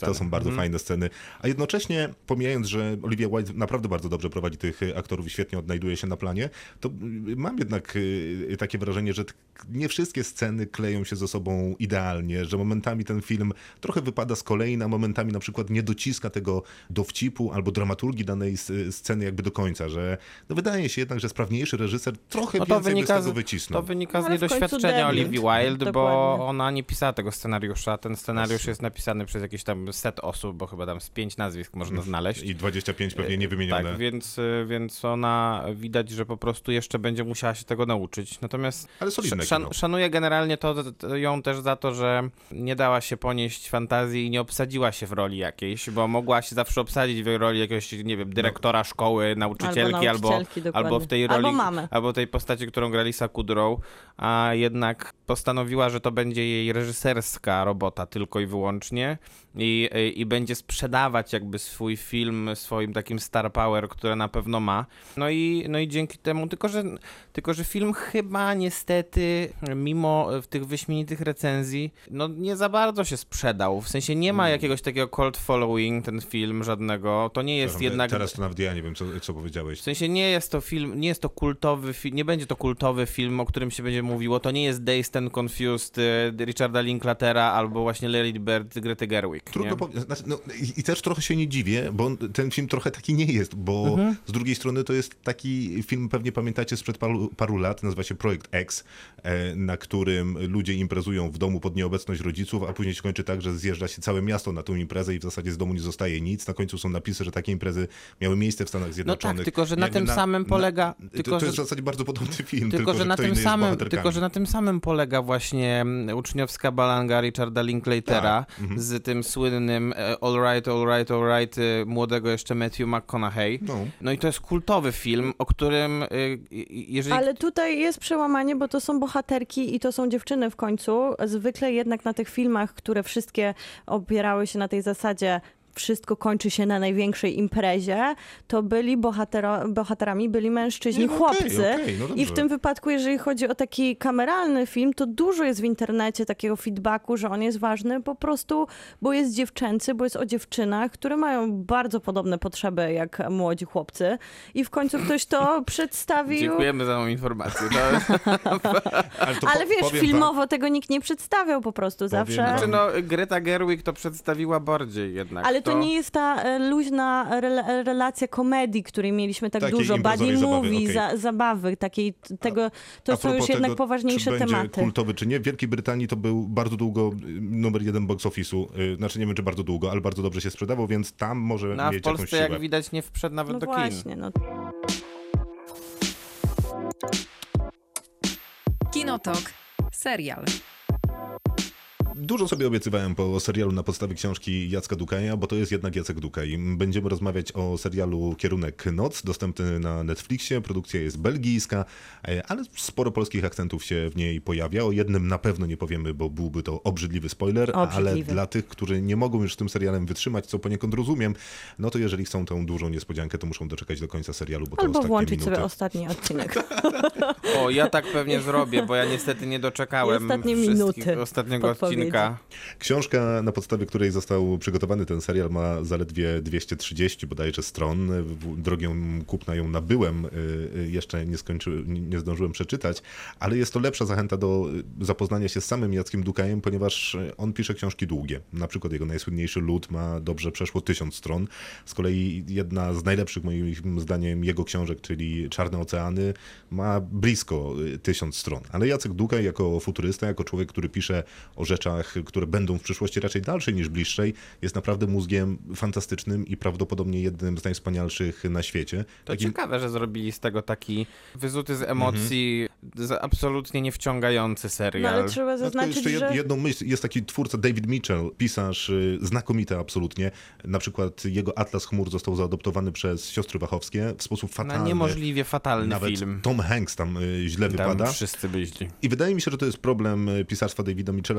sceny. To są bardzo Mhm. fajne sceny. A jednocześnie, pomijając, że Olivia Wilde naprawdę bardzo dobrze prowadzi tych aktorów i świetnie odnajduje się na planie, to mam jednak y, takie wrażenie, że t- nie wszystkie sceny kleją się ze sobą idealnie, że momentami ten film trochę wypada z kolei, a momentami na przykład nie dociska tego dowcipu albo dramaturgii danej s- sceny jakby do końca, że no wydaje się jednak, że sprawniejszy reżyser trochę No to więcej by wynika z tego z, wycisnął. to wynika z Ale w końcu niedoświadczenia debiut. Olivii Wilde, bo Dokładnie. ona nie pisała tego scenariusza. Ten scenariusz jest napisany przez jakieś tam set osób, bo chyba tam z pięć nazwisk można znaleźć. I dwadzieścia pięć pewnie niewymienione. Tak, więc, więc ona widać, że po prostu jeszcze będzie musiała się tego nauczyć. Natomiast Ale solidne szan, kino. szanuję generalnie to, to ją też za to, że nie dała się ponieść fantazji i nie obsadziła się w roli jakiejś, bo mogła się zawsze obsadzić w roli jakiegoś, nie wiem, dyrektora szkoły, nauczycielki, albo, nauczycielki, albo, dokładnie. w tej roli, Albo mamy. albo tej postaci, którą gra Lisa Kudrow, a jednak postanowiła, że to będzie jej reżyserska robota tylko i wyłącznie i, i, i będzie sprzedawać jakby swój film swoim takim star power, które na pewno ma. No i, no i dzięki temu, tylko że, tylko że film chyba niestety, mimo tych wyśmienitych recenzji, no nie za bardzo się sprzedał. W sensie nie ma jakiegoś takiego cult following ten film żadnego. To nie jest Przepraszam, jednak... Teraz to nawet ja nie wiem, co, co powiedziałeś. W sensie nie jest to film, nie jest to kultowy film, nie będzie to kultowy film, o którym się będzie mówiło. To nie jest Dazed and Confused y, Richarda Linklatera albo właśnie Lady Bird Grety Gerwig. Trudno nie? powiedzieć. Znaczy, no, i, I też trochę się nie dziwię, bo ten film trochę taki nie jest, bo Mhm. z drugiej strony to jest taki film, pewnie pamiętacie sprzed paru, paru lat, nazywa się Projekt X, e, na którym ludzie imprezują w domu pod nieobecność rodziców, a później się kończy tak, że zjeżdża się całe miasto na tą imprezę i w zasadzie z domu nie zostaje nic. Na końcu są napisy, że takie imprezy miały miejsce w Stanach No Zjednoczonych. tak, tylko że na Jakby tym samym polega... Na, tylko, to, to że... jest w zasadzie bardzo podobny film, Tylko, tylko, że na kto tym inny jest samym, bohaterkami. tylko, że na tym samym polega właśnie mm, uczniowska balanga Richarda Linklatera Tak, mhm. z tym słynnym e, All Right, All Right, All Right e, młodego jeszcze Matthew McConaughey. No. No i to jest kultowy film, o którym e, jeżeli... Ale tutaj jest przełamanie, bo to są bohaterki i to są dziewczyny w końcu. Zwykle jednak na tych filmach, które wszystkie opierały się na tej zasadzie wszystko kończy się na największej imprezie, to byli bohatero, bohaterami, byli mężczyźni, Nie, no chłopcy. okej, okej, no I w dobrze. tym wypadku, jeżeli chodzi o taki kameralny film, to dużo jest w internecie takiego feedbacku, że on jest ważny po prostu, bo jest dziewczęcy, bo jest o dziewczynach, które mają bardzo podobne potrzeby jak młodzi chłopcy. I w końcu ktoś to przedstawił. Dziękujemy za tą informację. To... Ale, to Ale po- wiesz, powiem filmowo wam- tego nikt nie przedstawiał po prostu zawsze. wam- Znaczy no, Greta Gerwig to przedstawiła bardziej jednak. Ale to nie jest ta e, luźna rela- relacja komedii, której mieliśmy tak Takiej dużo. imprezowej Buddy zabawy, movie, okej. za, zabawy, takiej t- tego, to A są propos już jednak tego, poważniejsze czy będzie tematy. kultowy, czy nie. W Wielkiej Brytanii to był bardzo długo y, numer jeden box office'u. Y, Znaczy nie wiem, czy bardzo długo, ale bardzo dobrze się sprzedawał, więc tam może No, a w mieć jakąś Polsce, siłę. jak widać, nie wszedł nawet No do kin. właśnie, no. Kinotok. Serial. Dużo sobie obiecywałem po serialu na podstawie książki Jacka Dukaja, bo to jest jednak Jacek Dukaj. Będziemy rozmawiać o serialu Kierunek Noc, dostępny na Netflixie. Produkcja jest belgijska, e, ale sporo polskich akcentów się w niej pojawia. O jednym na pewno nie powiemy, bo byłby to obrzydliwy spoiler, ale Obrzydliwy. dla tych, którzy nie mogą już z tym serialem wytrzymać, co poniekąd rozumiem, no to jeżeli chcą tą dużą niespodziankę, to muszą doczekać do końca serialu, bo to Albo ostatnie włączyć minuty. sobie ostatni odcinek. O, ja tak pewnie zrobię, bo ja niestety nie doczekałem I ostatnie wszystkich- minuty ostatniego podpowiedzi. odcinka. Książka, na podstawie której został przygotowany ten serial, ma zaledwie dwieście trzydzieści bodajże stron. W- Drogę kupna ją nabyłem, y, y, jeszcze nie, skończy, nie zdążyłem przeczytać, ale jest to lepsza zachęta do y, zapoznania się z samym Jackiem Dukajem, ponieważ y, on pisze książki długie. Na przykład jego najsłynniejszy Lód ma dobrze przeszło tysiąc stron. Z kolei jedna z najlepszych moim zdaniem jego książek, czyli Czarne Oceany, ma blisko y, tysiąc stron. Ale Jacek Dukaj jako futurysta, jako człowiek, który pisze o rzeczach, które będą w przyszłości raczej dalszej niż bliższej, jest naprawdę mózgiem fantastycznym i prawdopodobnie jednym z najwspanialszych na świecie. To Takim- ciekawe, że zrobili z tego taki wyzuty z emocji, z absolutnie niewciągający No serial. ale trzeba No, tylko zaznaczyć, jeszcze jed, że... jedną myśl. Jest taki twórca David Mitchell, pisarz y, znakomity absolutnie. Na przykład jego Atlas Chmur został zaadoptowany przez siostry Wachowskie w sposób Na fatalny. niemożliwie fatalny Nawet film. Tom Hanks tam y, źle Tam wypada. wszyscy byli źli. I wydaje mi się, że to jest problem y, pisarstwa Davida Mitchella, który jest dosyć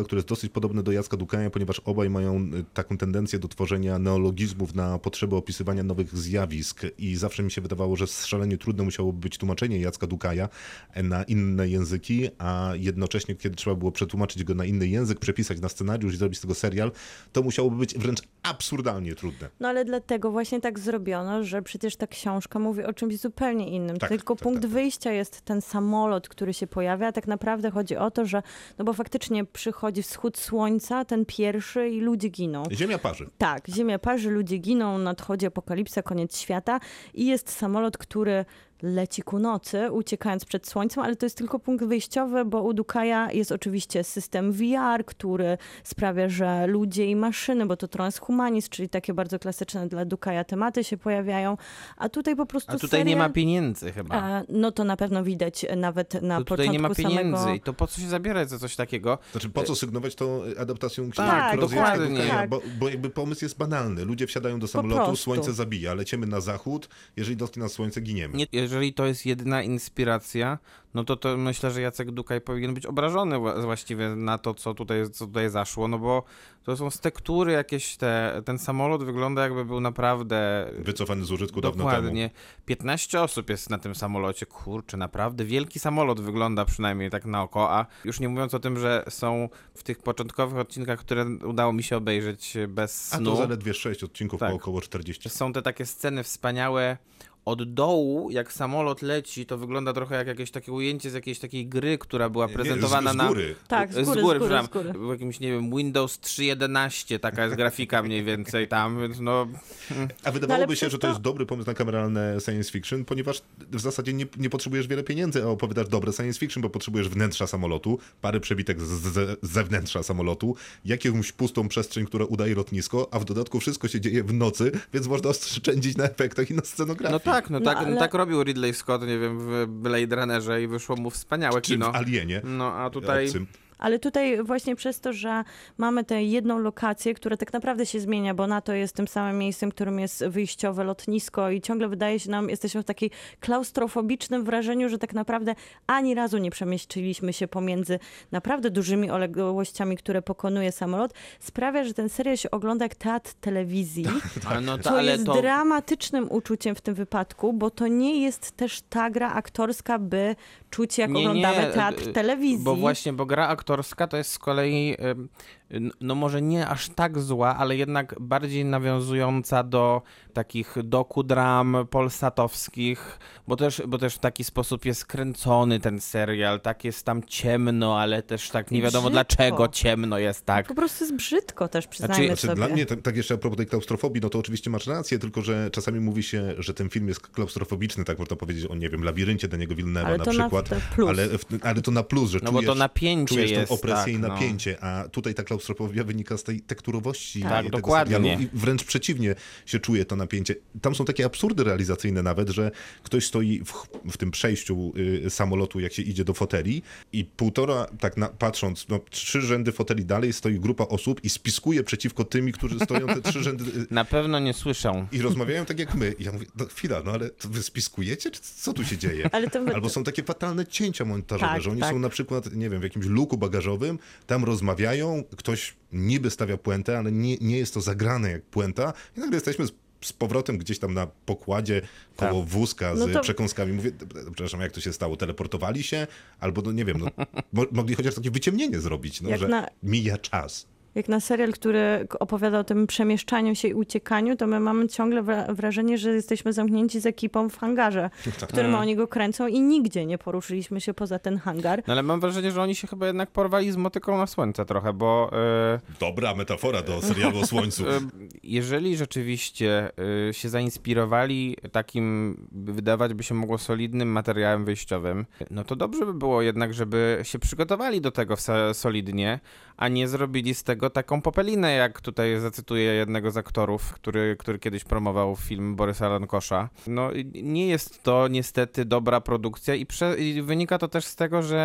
dosyć podobne do Jacka Dukaja, ponieważ obaj mają y, taką tendencję do tworzenia neologizmów na potrzeby opisywania nowych zjawisk i zawsze mi się wydawało, że szalenie trudno musiałoby być tłumaczenie Jacka Dukaja na inne języki, a jednocześnie kiedy trzeba było przetłumaczyć go na inny język, przepisać na scenariusz i zrobić z tego serial, to musiałoby być wręcz absurdalnie trudne. No ale dlatego właśnie tak zrobiono, że przecież ta książka mówi o czymś zupełnie innym. Tak, Tylko tak, punkt tak, tak. wyjścia jest ten samolot, który się pojawia. Tak naprawdę chodzi o to, że no bo faktycznie przychodzi wschód słońca, ten pierwszy i ludzie giną. Ziemia parzy. Tak, ziemia parzy, ludzie giną, nadchodzi apokalipsa, koniec świata i jest samolot, który leci ku nocy, uciekając przed słońcem, ale to jest tylko punkt wyjściowy, bo u Dukaja jest oczywiście system V R, który sprawia, że ludzie i maszyny, bo to transhumanizm, czyli takie bardzo klasyczne dla Dukaja tematy się pojawiają, a tutaj po prostu A tutaj serial, nie ma pieniędzy chyba. a, no to na pewno widać nawet na To początku tutaj nie ma pieniędzy samego... i to po co się zabierać za coś takiego? Znaczy, po co sygnować to adaptacją książki? Tak, Rozjazd Jacka dokładnie. Dukaja? Tak. Bo, bo jakby pomysł jest banalny. Ludzie wsiadają do samolotu, prostu. słońce zabija, lecimy na zachód, jeżeli dotknie nas słońce, giniemy. Nie, jeżeli to jest jedyna inspiracja, no to, to myślę, że Jacek Dukaj powinien być obrażony wła- właściwie na to, co tutaj, co tutaj zaszło, no bo to są z tektury jakieś te, ten samolot wygląda jakby był naprawdę Wycofany z użytku dawno dokładnie. piętnaście osób jest na tym samolocie, kurczę, naprawdę wielki samolot wygląda przynajmniej tak na oko, a już nie mówiąc o tym, że są w tych początkowych odcinkach, które udało mi się obejrzeć bez temu. A snu, to zaledwie sześć odcinków Tak. po około czterdzieści. są te takie sceny wspaniałe. Od dołu, jak samolot leci, to wygląda trochę jak jakieś takie ujęcie z jakiejś takiej gry, która była prezentowana z, z na... góry. Tak, z góry, z góry, z góry, przepraszam. z góry. W jakimś, nie wiem, Windows trzy jedenaście, taka jest grafika mniej więcej tam, więc no... A wydawałoby ale się, przez że to to- jest dobry pomysł na kameralne science fiction, ponieważ w zasadzie nie, nie potrzebujesz wiele pieniędzy, a opowiadasz dobre science fiction, bo potrzebujesz wnętrza samolotu, parę przebitek z, z, z zewnętrza samolotu, jakąś pustą przestrzeń, która udaje lotnisko, a w dodatku wszystko się dzieje w nocy, więc można oszczędzić na efektach i na scenografii. No tak, no, No, tak, ale- tak robił Ridley Scott, nie wiem, w Blade Runnerze i wyszło mu wspaniałe Czy kino. w Alienie. No a tutaj... Obcym. Ale tutaj właśnie przez to, że mamy tę jedną lokację, która tak naprawdę się zmienia, bo NATO jest tym samym miejscem, którym jest wyjściowe lotnisko i ciągle wydaje się nam, jesteśmy w takiej klaustrofobicznym wrażeniu, że tak naprawdę ani razu nie przemieściliśmy się pomiędzy naprawdę dużymi odległościami, które pokonuje samolot, sprawia, że ten serial się ogląda jak teatr telewizji, Ale no to, co ale jest to... dramatycznym uczuciem w tym wypadku, bo to nie jest też ta gra aktorska, by czuć jak Nie, nie, oglądamy teatr y, telewizji. Bo właśnie, bo gra aktorska to jest z kolei, ym, n- no może nie aż tak zła, ale jednak bardziej nawiązująca do takich dokudram polsatowskich, bo też, bo też w taki sposób jest kręcony ten serial, tak jest tam ciemno, ale też tak nie I wiadomo brzydko. dlaczego ciemno jest tak. Po prostu jest brzydko też, przyznajmy Znaczy, sobie. dla mnie, tak, tak jeszcze a propos tej klaustrofobii, no to oczywiście masz rację, tylko że czasami mówi się, że ten film jest klaustrofobiczny, tak można powiedzieć o, nie wiem, Labiryncie Daniego Villeneuve'a Ale na to na przykład. plus. Ale, w- ale to na plus, że No bo czujesz, to napięcie czujesz jest, tę opresję tak, i no. napięcie, a tutaj ta klaustrofobia wynika z tej tekturowości Tak. Tak, tego dokładnie. serialu i wręcz przeciwnie się czuje to napięcie. Tam są takie absurdy realizacyjne nawet, że ktoś stoi w, w tym przejściu y, samolotu, jak się idzie do foteli i półtora, tak na, patrząc, no, trzy rzędy foteli dalej stoi grupa osób i spiskuje przeciwko tymi, którzy stoją te trzy rzędy y, Na pewno nie słyszą. i rozmawiają tak jak my. I ja mówię, no chwila, no ale to wy spiskujecie? Czy co tu się dzieje? Ale to- Albo są takie fatalne cięcia montażowe, Tak, że oni tak. są na przykład, nie wiem, w jakimś luku bagażowym, tam rozmawiają, ktoś niby stawia puentę, ale nie, nie jest to zagrane jak puenta i nagle jesteśmy z, z powrotem gdzieś tam na pokładzie koło wózka z No to- przekąskami. Mówię, przepraszam, jak to się stało? Teleportowali się? Albo, no nie wiem, no, mo- mogli chociaż takie wyciemnienie zrobić, no, Jak że na- mija czas. Jak na serial, który k- opowiada o tym przemieszczaniu się i uciekaniu, to my mamy ciągle wra- wrażenie, że jesteśmy zamknięci z ekipą w hangarze, w którym Mm. oni go kręcą i nigdzie nie poruszyliśmy się poza ten hangar. No ale mam wrażenie, że oni się chyba jednak porwali z motyką na słońce trochę, bo... Yy... Dobra metafora do serialu o Słońcu. Jeżeli rzeczywiście y, się zainspirowali takim, wydawać by się mogło, solidnym materiałem wyjściowym, no to dobrze by było jednak, żeby się przygotowali do tego sa- solidnie, a nie zrobili z tego taką popelinę, jak tutaj zacytuję jednego z aktorów, który, który kiedyś promował film Borysa Lankosza. No i nie jest to niestety dobra produkcja i, prze- i wynika to też z tego, że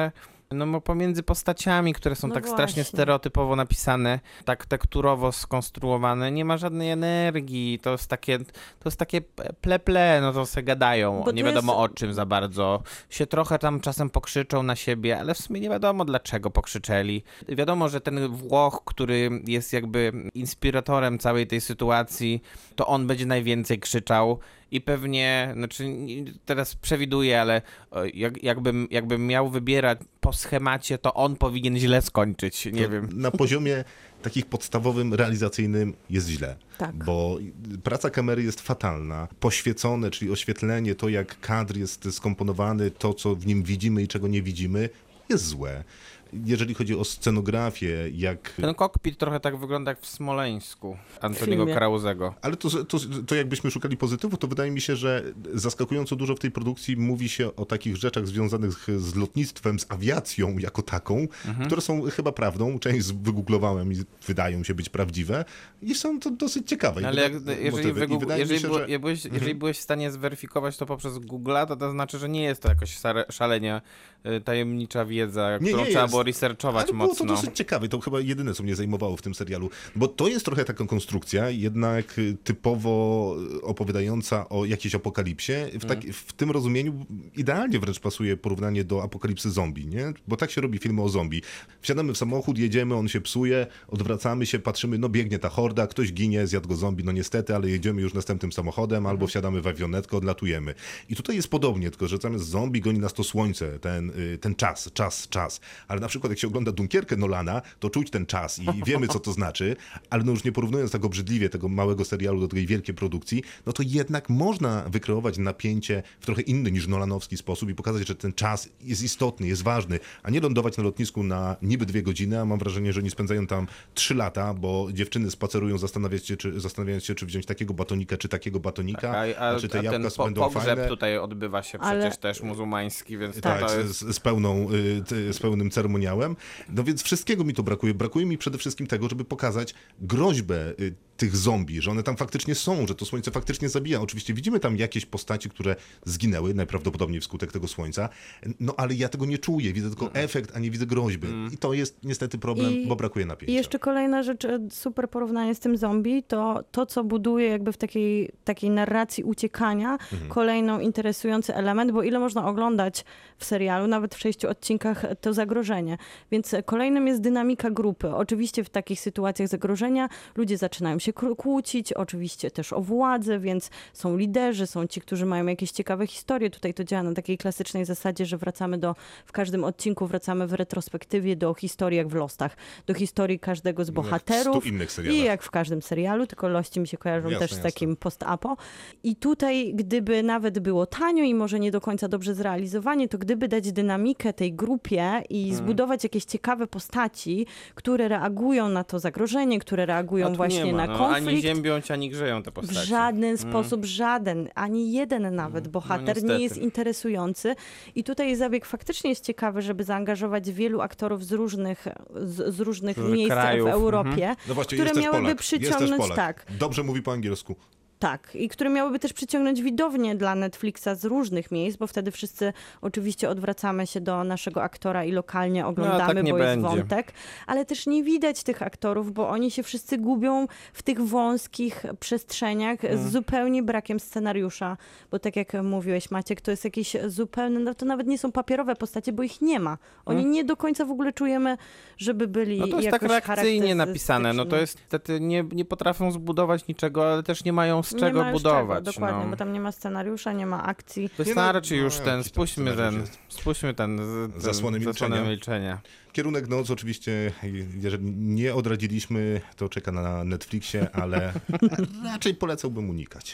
No bo pomiędzy postaciami, które są No tak właśnie. strasznie stereotypowo napisane, tak tekturowo skonstruowane, nie ma żadnej energii, to jest takie, to jest takie ple-ple, no to se gadają, Bo nie to wiadomo jest- o czym za bardzo, się trochę tam czasem pokrzyczą na siebie, ale w sumie nie wiadomo dlaczego pokrzyczeli. Wiadomo, że ten Włoch, który jest jakby inspiratorem całej tej sytuacji, to on będzie najwięcej krzyczał. I pewnie, znaczy teraz przewiduję, ale jak, jakbym, jakbym miał wybierać po schemacie, to on powinien źle skończyć, nie To wiem. Na poziomie takich podstawowym, realizacyjnym jest źle. Tak. Bo praca kamery jest fatalna. Poświecone, czyli oświetlenie, to jak kadr jest skomponowany, to co w nim widzimy i czego nie widzimy, jest złe. Jeżeli chodzi o scenografię, jak... Ten kokpit trochę tak wygląda jak w Smoleńsku Antoniego filmie. Krauzego. Ale to, to, to jakbyśmy szukali pozytywu, to wydaje mi się, że zaskakująco dużo w tej produkcji mówi się o takich rzeczach związanych z lotnictwem, z awiacją jako taką, Mhm. które są chyba prawdą. Część wygooglowałem i wydają się być prawdziwe i są to dosyć ciekawe. Ale jak, motywy. jeżeli, I wygu- wydaje mi jeżeli, się, było, że... jak byłeś, jeżeli byłeś w stanie zweryfikować to poprzez Google'a, to to znaczy, że nie jest to jakoś szare- szalenie y, tajemnicza wiedza, Nie, którą nie trzeba jest. było researchować Ale było mocno. to dosyć ciekawe, to chyba jedyne, co mnie zajmowało w tym serialu, bo to jest trochę taka konstrukcja, jednak y, typowo opowiadająca o jakiejś apokalipsie. W, tak, w tym rozumieniu idealnie wręcz pasuje porównanie do apokalipsy zombie, nie? Bo tak się robi filmy o zombie. Wsiadamy w samochód, jedziemy, on się psuje, odwracamy się, patrzymy, no biegnie ta horda, ktoś ginie, zjadł go zombie, no niestety, ale jedziemy już następnym samochodem, albo wsiadamy w awionetkę, odlatujemy. I tutaj jest podobnie, tylko że zamiast zombie goni nas to słońce, ten, y, ten czas, czas, czas. Ale na przykład jak się ogląda Dunkierkę Nolana, to czuć ten czas i wiemy, co to znaczy, ale no już nie porównując tak obrzydliwie tego małego serialu do tej wielkiej produkcji, no to jednak można wykreować napięcie w trochę inny niż nolanowski sposób i pokazać, że ten czas jest istotny, jest ważny, a nie lądować na lotnisku na niby dwie godziny, a mam wrażenie, że oni spędzają tam trzy lata, bo dziewczyny spacerują, zastanawiając się, czy, zastanawiając się, czy wziąć takiego batonika, czy takiego batonika, A, a, a czy te a ten jabłka po, będą pogrzeb fajne. tutaj odbywa się Ale- przecież też muzułmański, więc Tak, to jest... z, z, pełną, y, ty- z pełnym ceremoniałem. No więc wszystkiego mi to brakuje. Brakuje mi przede wszystkim tego, żeby pokazać groźbę y, tych zombie, że one tam faktycznie są, że to słońce faktycznie zabija. Oczywiście widzimy tam jakieś postaci, które zginęły najprawdopodobniej wskutek tego słońca, no ale ja tego nie czuję. Widzę tylko efekt, a nie widzę groźby. I to jest niestety problem, I- bo brakuje napięcia. I jeszcze kolejna rzecz, e, super porównanie z tym zombie, to to, co buduje jakby w takiej, takiej narracji uciekania, kolejną interesujący element, bo ile można oglądać w serialu, nawet w sześciu odcinkach, to zagrożenie. Więc kolejnym jest dynamika grupy. Oczywiście w takich sytuacjach zagrożenia ludzie zaczynają się kró- kłócić, oczywiście też o władzę, więc są liderzy, są ci, którzy mają jakieś ciekawe historie. Tutaj to działa na takiej klasycznej zasadzie, że wracamy do, w każdym odcinku wracamy w retrospektywie do historii jak w Lostach, do historii każdego z bohaterów. stu innych serialach. I jak w każdym serialu, tylko Lości mi się kojarzą Jasne, też z jasne. takim post-apo. I tutaj, gdyby nawet było tanio i może nie do końca dobrze zrealizowanie, to gdyby dać dynamikę tej grupie i Hmm. zbudować jakieś ciekawe postaci, które reagują na to zagrożenie, które A reagują tu właśnie nie ma, na no, konflikt. ani ziębiąć, ani grzeją te W postaci. żaden sposób, żaden, ani jeden nawet bohater nie niestety. jest interesujący. I tutaj zabieg faktycznie jest ciekawy, żeby zaangażować wielu aktorów z różnych, z, z różnych różnych miejsc krajów. w Europie, No właśnie, które jest też miałyby Polak. Jest też przyciągnąć, Polak. tak, Dobrze mówi po angielsku. tak, i które miałyby też przyciągnąć widownię dla Netflixa z różnych miejsc, bo wtedy wszyscy oczywiście odwracamy się do naszego aktora i lokalnie oglądamy, tak nie bo będzie. jest wątek, ale też nie widać tych aktorów, bo oni się wszyscy gubią w tych wąskich przestrzeniach Mm. z zupełnie brakiem scenariusza, bo tak jak mówiłeś, Maciek, to jest jakieś zupełne, no to nawet nie są papierowe postacie, bo ich nie ma. Oni nie do końca w ogóle czujemy, żeby byli Mm. No to jest tak jakoś reakcyjnie napisane, no to charakterystyczni. jest niestety nie, nie potrafią zbudować niczego, ale też nie mają z Nie czego ma już budować. Czego, dokładnie, no. bo tam nie ma scenariusza, nie ma akcji. To Nie no, starczy no, już jakiś ten, tam spuśćmy scenariusz ten, jest. spuśćmy ten, z- ten Zasłonę milczenia. milczenia. Kierunek Noc oczywiście, jeżeli nie odradziliśmy, to czeka na Netflixie, ale raczej polecałbym unikać.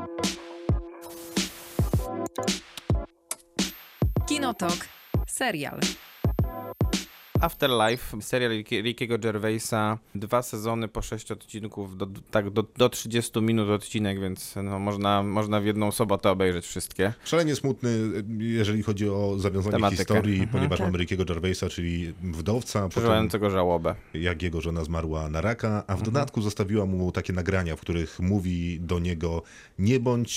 Kinotok. Serial. Afterlife, serial Ricky- Rickiego Gervaisa, dwa sezony po sześć odcinków, do, tak do, do trzydziestu minut odcinek, więc no, można, można w jedną sobotę obejrzeć wszystkie. Szalenie smutny, jeżeli chodzi o zawiązanie Tematykę. historii, Mhm. ponieważ Tak. mamy Rickiego Gervaisa, czyli wdowca, potem Przeżywającego żałobę. jak jego żona zmarła na raka, a w dodatku zostawiła mu takie nagrania, w których mówi do niego: nie bądź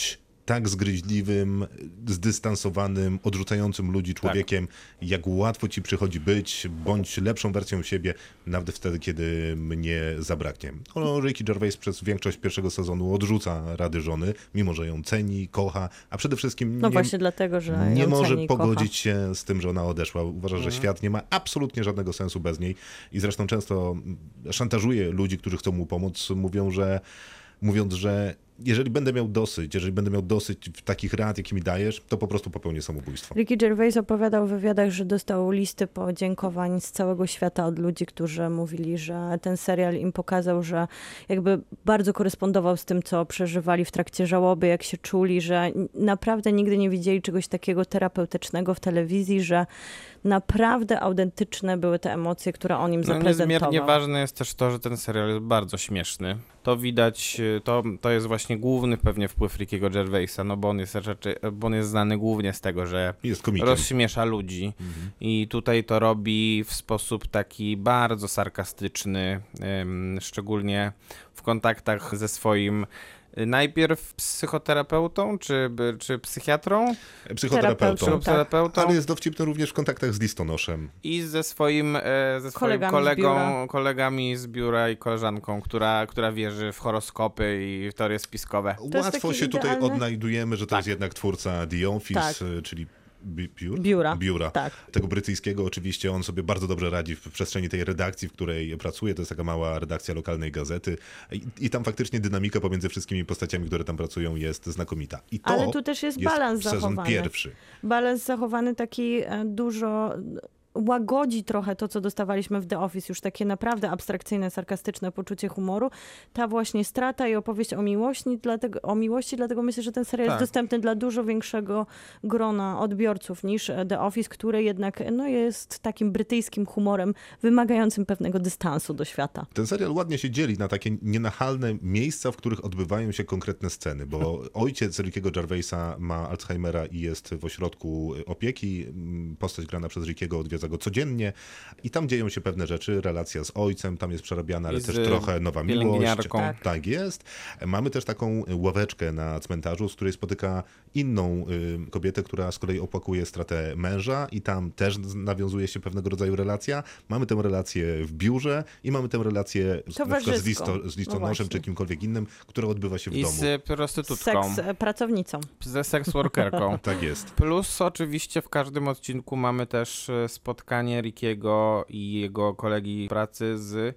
tak zgryźliwym, zdystansowanym, odrzucającym ludzi człowiekiem, tak. jak łatwo ci przychodzi być, bądź lepszą wersją siebie, nawet wtedy, kiedy mnie zabraknie. No, Ricky Gervais przez większość pierwszego sezonu odrzuca rady żony, mimo że ją ceni, kocha, a przede wszystkim no nie, właśnie dlatego, że nie ją może ceni i pogodzić kocha. się z tym, że ona odeszła. Uważa, że Mhm. świat nie ma absolutnie żadnego sensu bez niej i zresztą często szantażuje ludzi, którzy chcą mu pomóc, mówią, że mówiąc, że jeżeli będę miał dosyć, jeżeli będę miał dosyć takich rad, jakie mi dajesz, to po prostu popełnię samobójstwo. Ricky Gervais opowiadał w wywiadach, że dostał listy podziękowań z całego świata od ludzi, którzy mówili, że ten serial im pokazał, że jakby bardzo korespondował z tym, co przeżywali w trakcie żałoby, jak się czuli, że naprawdę nigdy nie widzieli czegoś takiego terapeutycznego w telewizji, że naprawdę autentyczne były te emocje, które on im No, zaprezentował. niezmiernie ważne jest też to, że ten serial jest bardzo śmieszny. To widać, to, to jest właśnie główny pewnie wpływ Rickiego Gervaisa, no bo on jest raczej, bo on jest znany głównie z tego, że Jest komikiem. rozśmiesza ludzi mhm. i tutaj to robi w sposób taki bardzo sarkastyczny, ym, szczególnie w kontaktach ze swoim najpierw psychoterapeutą, czy, czy psychiatrą? Psychoterapeutą, Terapeutą, Psychoterapeutą. ale jest dowcipny również w kontaktach z listonoszem. I ze swoim, e, ze swoim Kolegami z kolegą, biura. kolegami z biura i koleżanką, która, która wierzy w horoskopy i w teorie spiskowe. jest Łatwo taki się tutaj idealny- odnajdujemy, że to Tak. jest jednak twórca The Office, Tak. y, czyli bi- biur? Biura. Biura. Tak. Tego brytyjskiego oczywiście on sobie bardzo dobrze radzi w przestrzeni tej redakcji, w której pracuje. To jest taka mała redakcja lokalnej gazety i, i tam faktycznie dynamika pomiędzy wszystkimi postaciami, które tam pracują, jest znakomita. I to Ale tu też jest balans sezon zachowany. pierwszy. Balans zachowany taki e, dużo łagodzi trochę to, co dostawaliśmy w The Office, już takie naprawdę abstrakcyjne, sarkastyczne poczucie humoru. Ta właśnie strata i opowieść o miłości, dlatego, o miłości, dlatego myślę, że ten serial Tak. jest dostępny dla dużo większego grona odbiorców niż The Office, który jednak no, jest takim brytyjskim humorem wymagającym pewnego dystansu do świata. Ten serial ładnie się dzieli na takie nienachalne miejsca, w których odbywają się konkretne sceny, bo ojciec Rickiego Gervaisa ma Alzheimera i jest w ośrodku opieki. Postać grana przez Rickiego odwiedza go codziennie i tam dzieją się pewne rzeczy, relacja z ojcem, tam jest przerabiana, ale I z też trochę nowa miłość. pielęgniarką. Tak. tak jest. Mamy też taką ławeczkę na cmentarzu, z której spotyka inną y, kobietę, która z kolei opłakuje stratę męża i tam też nawiązuje się pewnego rodzaju relacja. Mamy tę relację w biurze i mamy tę relację z, na przykład z, listo, z listonoszem No czy kimkolwiek innym, która odbywa się w I domu. z prostytutką, Seks e, pracownicą. ze seks workerką. Tak jest. Plus oczywiście w każdym odcinku mamy też e, spotkanie Rickiego i jego kolegi pracy z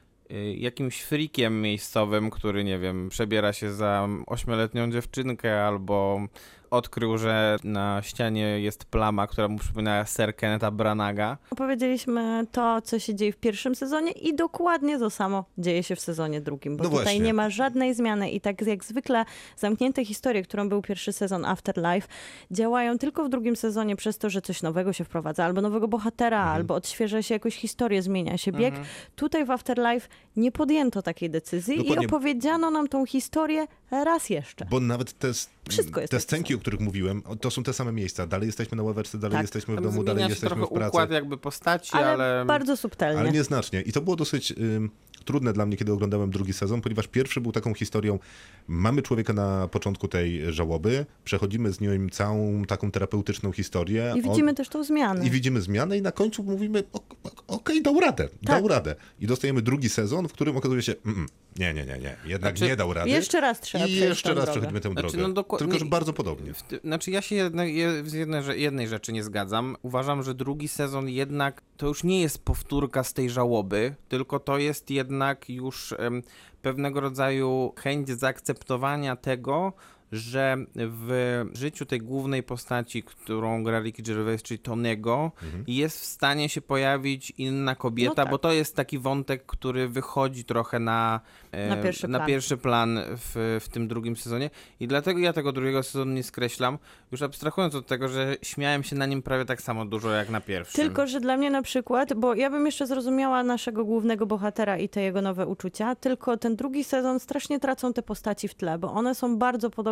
y, jakimś frikiem miejscowym, który, nie wiem, przebiera się za ośmioletnią dziewczynkę albo odkrył, że na ścianie jest plama, która mu przypomina ser Kennetha Branaga. Opowiedzieliśmy to, co się dzieje w pierwszym sezonie i dokładnie to samo dzieje się w sezonie drugim, bo No tutaj właśnie. nie ma żadnej zmiany i tak jak zwykle zamknięte historie, którą był pierwszy sezon Afterlife, działają tylko w drugim sezonie przez to, że coś nowego się wprowadza, albo nowego bohatera, Mhm. albo odświeża się jakoś historię, zmienia się bieg. Mhm. Tutaj w Afterlife nie podjęto takiej decyzji Dokładnie. i opowiedziano nam tą historię raz jeszcze. Bo nawet te, Wszystko jest te takie scenki, samo. o których mówiłem, to są te same miejsca. Dalej jesteśmy na ławeczce, dalej Tak. jesteśmy w Tam domu, zmienia dalej się jesteśmy trochę w pracy. układ jakby postaci, Ale, ale... bardzo subtelnie. Ale nieznacznie. I to było dosyć ym, trudne dla mnie, kiedy oglądałem drugi sezon, ponieważ pierwszy był taką historią, mamy człowieka na początku tej żałoby, przechodzimy z nim całą taką terapeutyczną historię. I widzimy On, też tą zmianę. I widzimy zmianę i na końcu mówimy, okej, okay, dał radę, dał Tak. radę. I dostajemy drugi sezon, w którym okazuje się, mm, nie, nie, nie, nie, jednak Znaczy, nie dał rady. Jeszcze raz trzeba I przejść jeszcze tą raz drogę. przechodzimy tę Znaczy, drogę. no doku- Tylko, że nie- bardzo podobnie. W ty- Znaczy ja się jedne, je, z jednej, rze- jednej rzeczy nie zgadzam. Uważam, że drugi sezon jednak to już nie jest powtórka z tej żałoby, tylko to jest jednak już em, pewnego rodzaju chęć zaakceptowania tego, że w życiu tej głównej postaci, którą gra Ricky Gervais, czyli Tonego, Mhm. jest w stanie się pojawić inna kobieta, No tak. bo to jest taki wątek, który wychodzi trochę na, e, Na pierwszy na plan. pierwszy plan w, w tym drugim sezonie i dlatego ja tego drugiego sezonu nie skreślam, już abstrahując od tego, że śmiałem się na nim prawie tak samo dużo jak na pierwszym. Tylko, że dla mnie na przykład, bo ja bym jeszcze zrozumiała naszego głównego bohatera i te jego nowe uczucia, tylko ten drugi sezon strasznie tracą te postaci w tle, bo one są bardzo podobne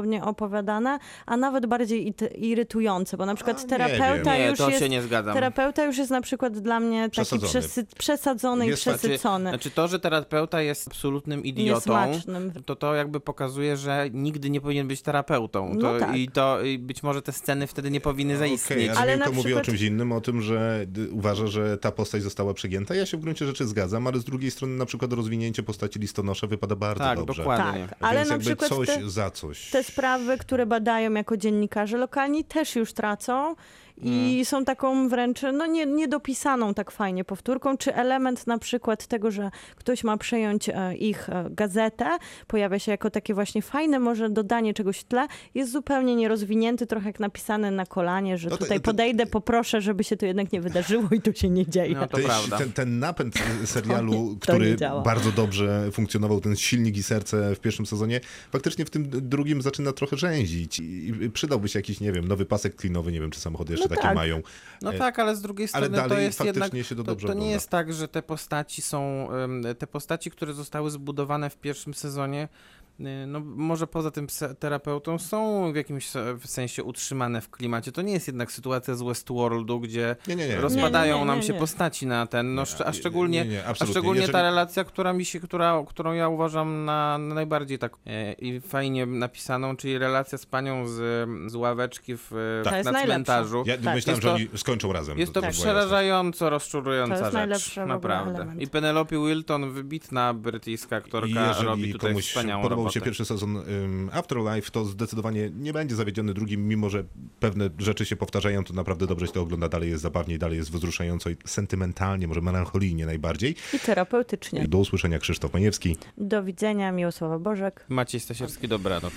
prawdopodobnie opowiadane, a nawet bardziej it- irytujące, bo na przykład A, nie terapeuta Nie, już to jest... się nie zgadzam. Terapeuta już jest na przykład dla mnie taki Przesadzony. przesy- przesadzony Jest i tak- przesycony. Znaczy to, że terapeuta jest absolutnym idiotą, Niesmacznym. to to jakby pokazuje, że nigdy nie powinien być terapeutą. To, No tak. I to i być może te sceny wtedy nie powinny zaistnieć. Okej, ale, Ale Miłko na mówi o przykład- czymś innym, o tym, że d- uważa, że ta postać została przegięta. Ja się w gruncie rzeczy zgadzam, ale z drugiej strony na przykład rozwinięcie postaci listonosza wypada bardzo Tak, dobrze. dokładnie. Tak, ale Więc na jakby przykład coś te, za coś. te sprawy, które badają jako dziennikarze lokalni, też już tracą i są taką wręcz no, nie, niedopisaną tak fajnie powtórką, czy element na przykład tego, że ktoś ma przejąć e, ich e, gazetę, pojawia się jako takie właśnie fajne może dodanie czegoś w tle, jest zupełnie nierozwinięty, trochę jak napisane na kolanie, że No to- tutaj to- podejdę, poproszę, żeby się to jednak nie wydarzyło i tu się nie dzieje. No to Ty- prawda. Ten, ten napęd serialu, To nie- to który nie działa. bardzo dobrze funkcjonował, ten silnik i serce w pierwszym sezonie, faktycznie w tym drugim zaczyna trochę rzęzić i i przydałby się jakiś, nie wiem, nowy pasek klinowy, nie wiem, czy samochody jeszcze No takie tak. mają. No E, tak, ale z drugiej ale strony to dalej jest faktycznie jednak, się to to, dobrze to nie ogląda. jest tak, że te postaci są, em, te postaci, które zostały zbudowane w pierwszym sezonie, y, no może poza tym se- terapeutą są w jakimś se- w sensie utrzymane w klimacie. To nie jest jednak sytuacja z Westworldu, gdzie Nie, nie, nie. rozpadają Nie, nie, nie, nam nie, się nie. postaci na ten, no, szcz- a nie, szczególnie, nie, nie, a absolutnie. szczególnie Jeżeli- ta relacja, która mi się, która, którą ja uważam na, na najbardziej tak e, i fajnie napisaną, czyli relacja z panią z, z ławeczki w, To na jest najlepsza. cmentarzu. Ja Tak. myślałem, Jest że to- oni skończą razem. Jest to była jasność. przerażająco To rozczurująca jest rzecz, najlepszy w ogóle naprawdę. element. I Penelope Wilton, wybitna brytyjska I aktorka, robi jeżeli tutaj komuś wspaniałą podobał robotę. się pierwszy sezon um, Afterlife, to zdecydowanie nie będzie zawiedziony drugim, mimo że pewne rzeczy się powtarzają, to naprawdę dobrze się to ogląda, dalej jest zabawniej, dalej jest wzruszająco i sentymentalnie, może melancholijnie najbardziej. I terapeutycznie. Do usłyszenia, Krzysztof Majewski. Do widzenia, Miłosława Bożek. Maciej Stasierski, dobranoc.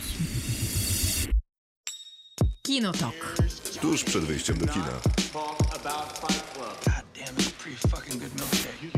Kinotok. Tuż przed wyjściem do kina. Talk about Fight Club. God damn, it's a pretty fucking good milkshake.